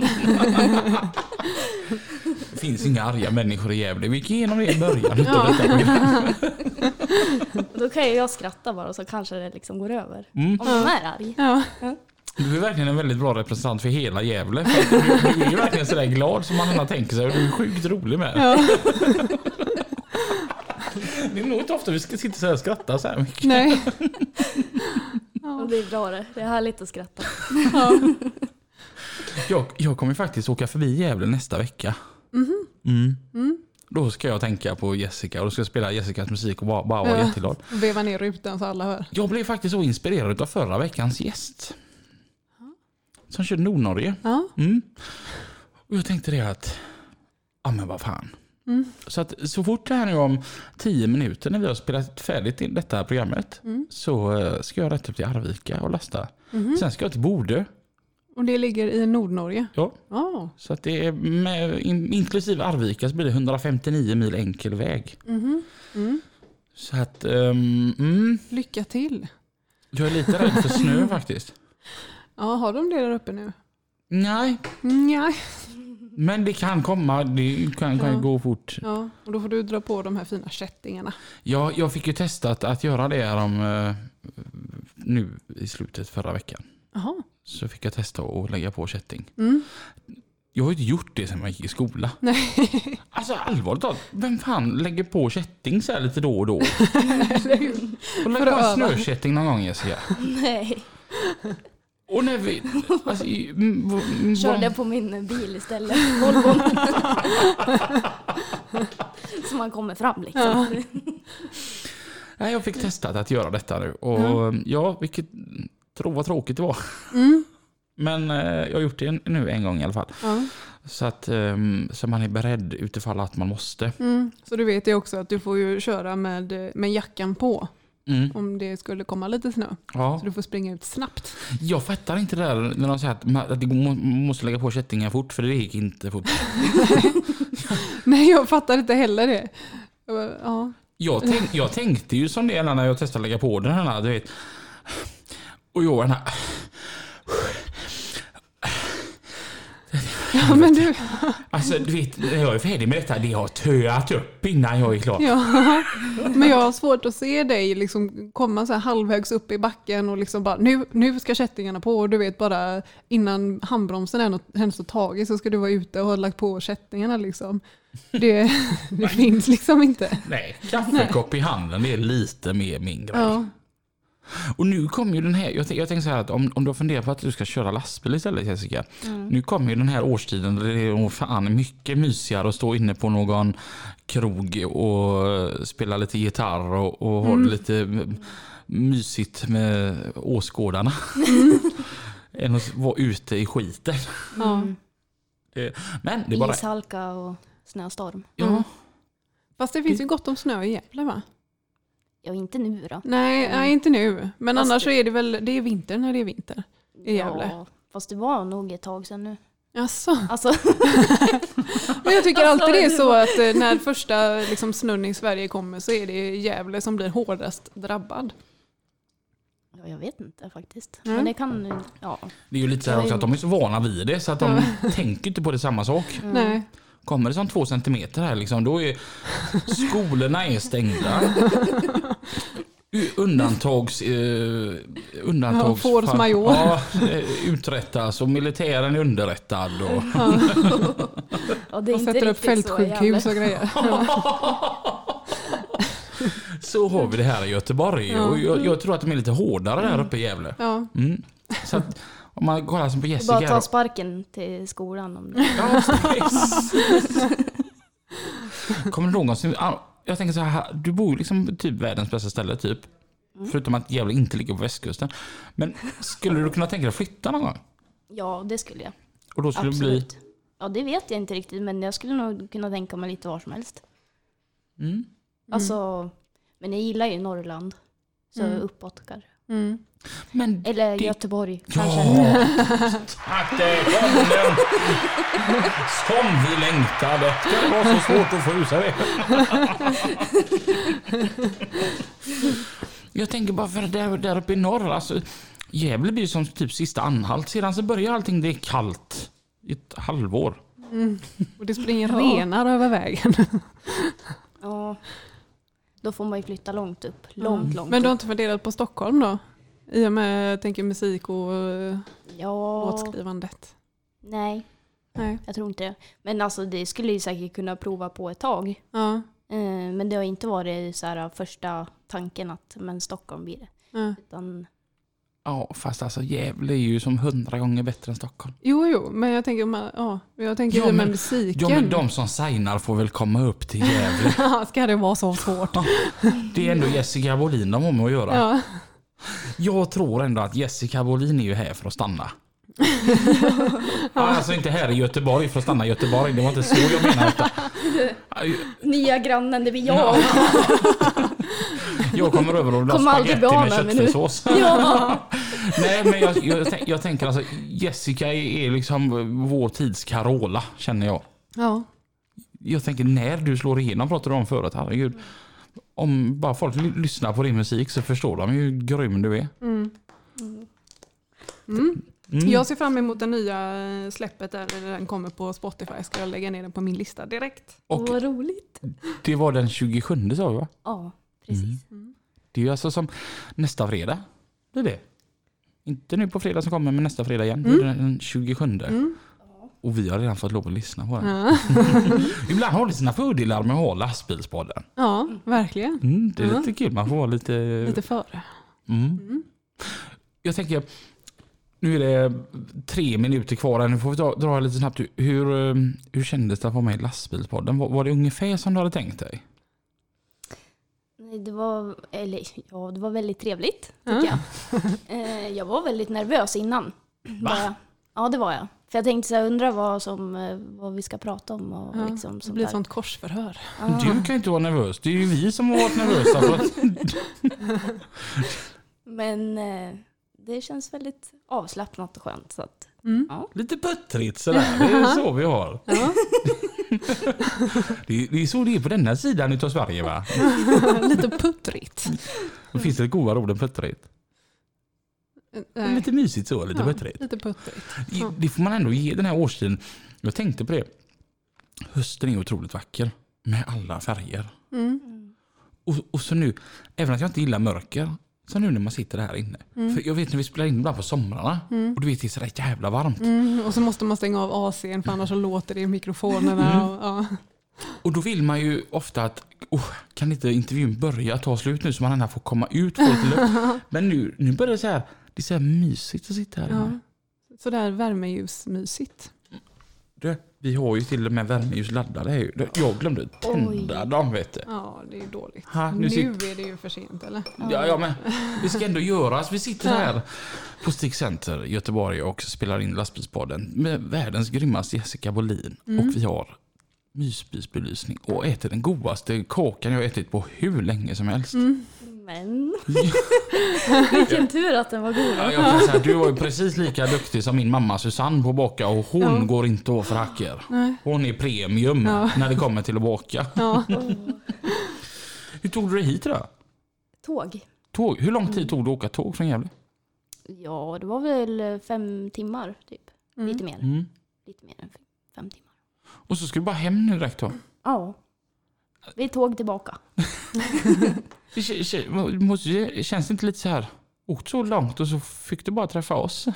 Det finns inga arga människor i Gävle. Vi gick igenom det i början utav detta. Då kan jag skratta bara och så kanske det liksom går över. Om de är arg. Ja. Du är verkligen en väldigt bra representant för hela Gävle. För du är ju verkligen sådär glad som man annars tänker sig. Och du är sjukt rolig med. Ja. Det är nog inte ofta vi ska sitta så här och skratta så här mycket. Nej. Ja. Det är bra det. Det är härligt att skratta. Ja. Jag kommer faktiskt åka förbi Gävle nästa vecka. Då ska jag tänka på Jessica och då ska jag spela Jessicas musik och bara vara jätteglad. Veva ner rutan så alla hör. Jag blev faktiskt så inspirerad av förra veckans gäst. Som körde Nordnorge. Ja. Och jag tänkte det att men vad fan. Så att så fort det här nu om 10 minuter när vi har spelat färdigt i detta programmet så ska jag rätt upp till Arvika och lasta. Sen ska jag till Bodö. Och det ligger i Nordnorge? Ja. Så att det är inklusive Arvika så blir det 159 mil enkel väg. Så att... Lycka till. Jag är lite rädd för snö faktiskt. Ja, har de det där uppe nu? Nej. Men det kan komma, det kan gå fort. Ja, och då får du dra på de här fina kättingarna. Ja, jag fick ju testat att göra det nu i slutet förra veckan. Aha. Så fick jag testa att lägga på kätting. Jag har ju inte gjort det sedan jag gick i skola. Nej. Alltså allvarligt talat, vem fan lägger på kätting så här lite då och då? Och lägger på en snökätting någon gång, Jessica. Nej. Och när vi... Alltså, körde på min bil istället. Volvon. Så man kommer fram liksom. Nej, jag fick testat att göra detta nu. Och vilket vad tråkigt det var. Men jag har gjort det nu en gång i alla fall. Så att så man är beredd utifall att man måste. Så du vet ju också att du får ju köra med jackan på. Om det skulle komma lite snö. Ja. Så du får springa ut snabbt. Jag fattar inte det där när de säger att det måste lägga på kättingar fort, för det gick inte fort. Nej, jag fattar inte heller det. Ja. Jag tänkte ju som det när jag testade att lägga på den här, du vet. Och jag den här... Ja, men du... Alltså, du vet, jag är färdig med detta. Det har töat upp innan jag är klar. Ja, men jag har svårt att se dig liksom komma så här halvvägs upp i backen och liksom bara, nu ska kättingarna på. Och du vet, bara innan handbromsen ens har tagit så ska du vara ute och ha lagt på kättingarna liksom. Det finns liksom inte. Nej, kaffekopp i handen, det är lite mer min grej. Ja. Och nu kommer ju den här, jag tänker så här att om du funderar på att du ska köra lastbil istället, Jessica. Nu kommer ju den här årstiden där det är fan mycket mysigare att stå inne på någon krog och spela lite gitarr och ha det lite mysigt med åskådarna. Än att vara ute i skiten. Men det är bara... Ishalka och snöstorm. Ja. Fast det finns ju gott om snö i Gävle, va? Ja, inte nu då. Nej, inte nu. Men fast annars så är det väl, det är vinter när det är vinter i Gävle. Ja, fast det var nog ett tag sedan nu. Alltså. Men jag tycker alltid det är så att när första liksom, snön i Sverige kommer så är det Gävle som blir hårdast drabbad. Ja, jag vet inte faktiskt. Men det kan, ja. Det är ju lite så här också att de är så vana vid det så att de tänker inte på det samma sak. Nej. Kommer det som 2 centimeter här liksom, då är skolorna är stängda. Undantags force major. Ja, uträttas och militären är underrättad och ja, det är och inte sätter upp fältsjukhus och grejer. Så har vi det här i Göteborg och jag tror att de är lite hårdare där uppe i Gävle. Ja. Så att om man kollar som på Jessica. Bara ta sparken till skolan om det. Ja, kommer du någonsin... Jag tänker så här, du bor ju liksom typ världens bästa ställe typ. Förutom att Gävle inte ligger på västkusten. Men skulle du kunna tänka dig att flytta någon gång? Ja, det skulle jag. Och då skulle absolut. Det bli... Ja, det vet jag inte riktigt. Men jag skulle nog kunna tänka mig lite var som helst. Alltså, men jag gillar ju Norrland. Så uppåt kanske. Men eller Göteborg kanske. Tack det som vi längtade. Det var så svårt att få ut det. Jag tänker bara för där uppe i norr, alltså Gävle blir som typ sista anhalt. Sedan så börjar allting, det är kallt i ett halvår. Och det springer renar över vägen. Ja. Då får man ju flytta långt upp. Långt Men du har inte funderat på Stockholm då? I och med, jag tänker, musik och låtskrivandet. Nej, jag tror inte det. Men alltså det skulle ju säkert kunna prova på ett tag. Ja. Men det har inte varit så här första tanken att men Stockholm blir det. Utan... Ja, fast alltså Gävle är ju som 100 gånger bättre än Stockholm. Jo, men jag tänker med musiken. Ja, men de som signar får väl komma upp till Gävle. Ska det vara så svårt? Det är ändå Jessica Bolin de har med att göra. Ja. Jag tror ändå att Jessica Bolin är ju här för att stanna. Alltså inte här i Göteborg för att stanna i Göteborg. Det var inte så jag menade. Nya grannen, det blir jag. Jag kommer över och vill ha spagetti med köttfärssås. Ja. Nej, men jag tänker alltså, Jessica är liksom vår tids Carola, känner jag. Ja. Jag tänker, när du slår igenom, pratade du om förut, herregud. Om bara folk lyssnar på din musik så förstår de hur grym du är. Jag ser fram emot den nya släppet där den kommer på Spotify. Ska jag lägga ner den på min lista direkt. Och vad roligt. det var den 27, sa du, va? Ja, precis. Det är ju alltså som nästa fredag. Det är det. Inte nu på fredag som kommer, men nästa fredag igen. Det är den 27. Och vi har redan fått lov att lyssna på den. Ibland har det sina fördelar med att ha lastbilspodden. Ja, verkligen. Det är lite kul, man får vara lite före. Jag tänker, nu är det 3 minuter kvar. Nu får vi dra lite snabbt. Hur kändes det att vara med i lastbilspodden? Var det ungefär som du hade tänkt dig? Det var väldigt trevligt, tycker jag. Jag var väldigt nervös innan. Va? Ja, det var jag. För jag tänkte så här, undra vad vi ska prata om. Och liksom det blir ett sånt korsförhör. Du kan inte vara nervös. Det är ju vi som har varit nervösa. För att... Men det känns väldigt avslappnat och skönt. Så att, Lite puttrigt sådär. Det är så vi har. Ja. Det är så det är på denna sidan utav Sverige, va? Lite puttrigt. Det finns det goda ord än puttrigt. Lite mysigt så, lite puttrigt. Lite puttrigt. Det får man ändå ge den här årstiden. Jag tänkte på det. Hösten är otroligt vacker. Med alla färger. Och så nu, även att jag inte gillar mörker, så nu när man sitter här inne. För jag vet när vi spelar in ibland på somrarna. Och du vet, det är så där jävla varmt. Och så måste man stänga av AC:n, för annars så låter det i mikrofonerna. Och då vill man ju ofta att kan inte intervjun börja ta slut nu så man ändå får komma ut på lite luft. Men nu börjar det så här, det är så här mysigt att sitta här inne. Så där värmeljusmysigt. Vi har ju till och med värmeljus laddade här. Jag glömde tända dem, vet du. Ja, det är ju dåligt. Nu är det ju för sent, eller? Ja, men vi ska ändå göras. Vi sitter här på Stig Center i Göteborg och spelar in lastbilspodden med världens grymmaste Jessica Bolin. Och vi har mysbysbelysning och äter den godaste kakan jag ätit på hur länge som helst. Men vilken tur att den var god. Ja, jag kan säga, du var ju precis lika duktig som min mamma Susanne på att baka, och hon går inte av för hacker. Hon är premium när det kommer till att baka. Hur tog du dig hit då? Tåg. Hur lång tid tog du att åka tåg från Gävle? Ja, det var väl 5 timmar typ. Lite mer än 5 timmar. Och så ska du bara hem nu direkt då? Ja. Vi tåg tillbaka. Känns det inte lite så här, åkt så långt och så fick du bara träffa oss?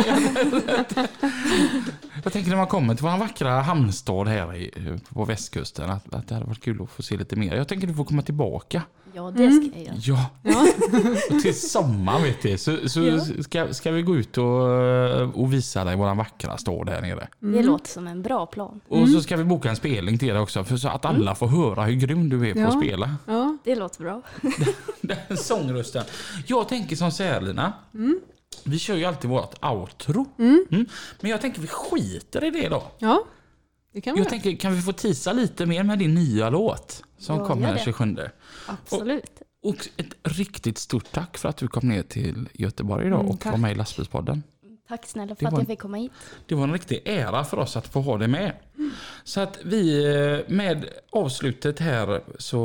Jag tänker när man kommer till vår vackra hamnstad här på västkusten att det hade varit kul att få se lite mer. Jag tänker du får komma tillbaka. Ja, det ska jag göra. Ja. Och till sommar, vet du, så ska vi gå ut och visa dig våran vackra stad här nere. Det låter som en bra plan. Och så ska vi boka en spelning till dig också, för så att alla får höra hur grym du är på att spela. Ja. Det låter bra. Den sångrösten. Jag tänker som så här, Lina. Vi kör ju alltid vårt outro. Men jag tänker vi skiter i det då. Ja, det kan vi. Jag tänker, kan vi få tisa lite mer med din nya låt som kommer den 27? Absolut. Och ett riktigt stort tack för att du kom ner till Göteborg idag och var med i lastbilspodden. Tack snälla för att jag fick komma hit. Det var en riktig ära för oss att få ha dig med. Så att vi med avslutet här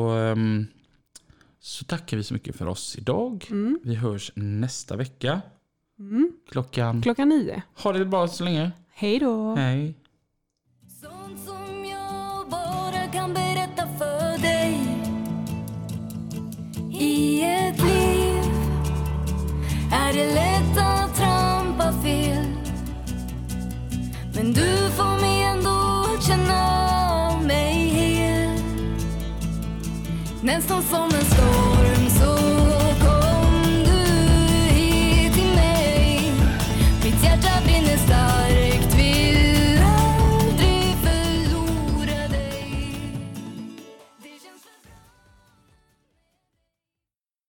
så tackar vi så mycket för oss idag. Vi hörs nästa vecka. Klockan 9. Ha det bra så länge. Hej då. Hej. Sånt som jag bara kan berätta för dig. I ett liv är det lätt att trampa fel. Men du får mig ändå att känna mig hel. Nästan som en storm.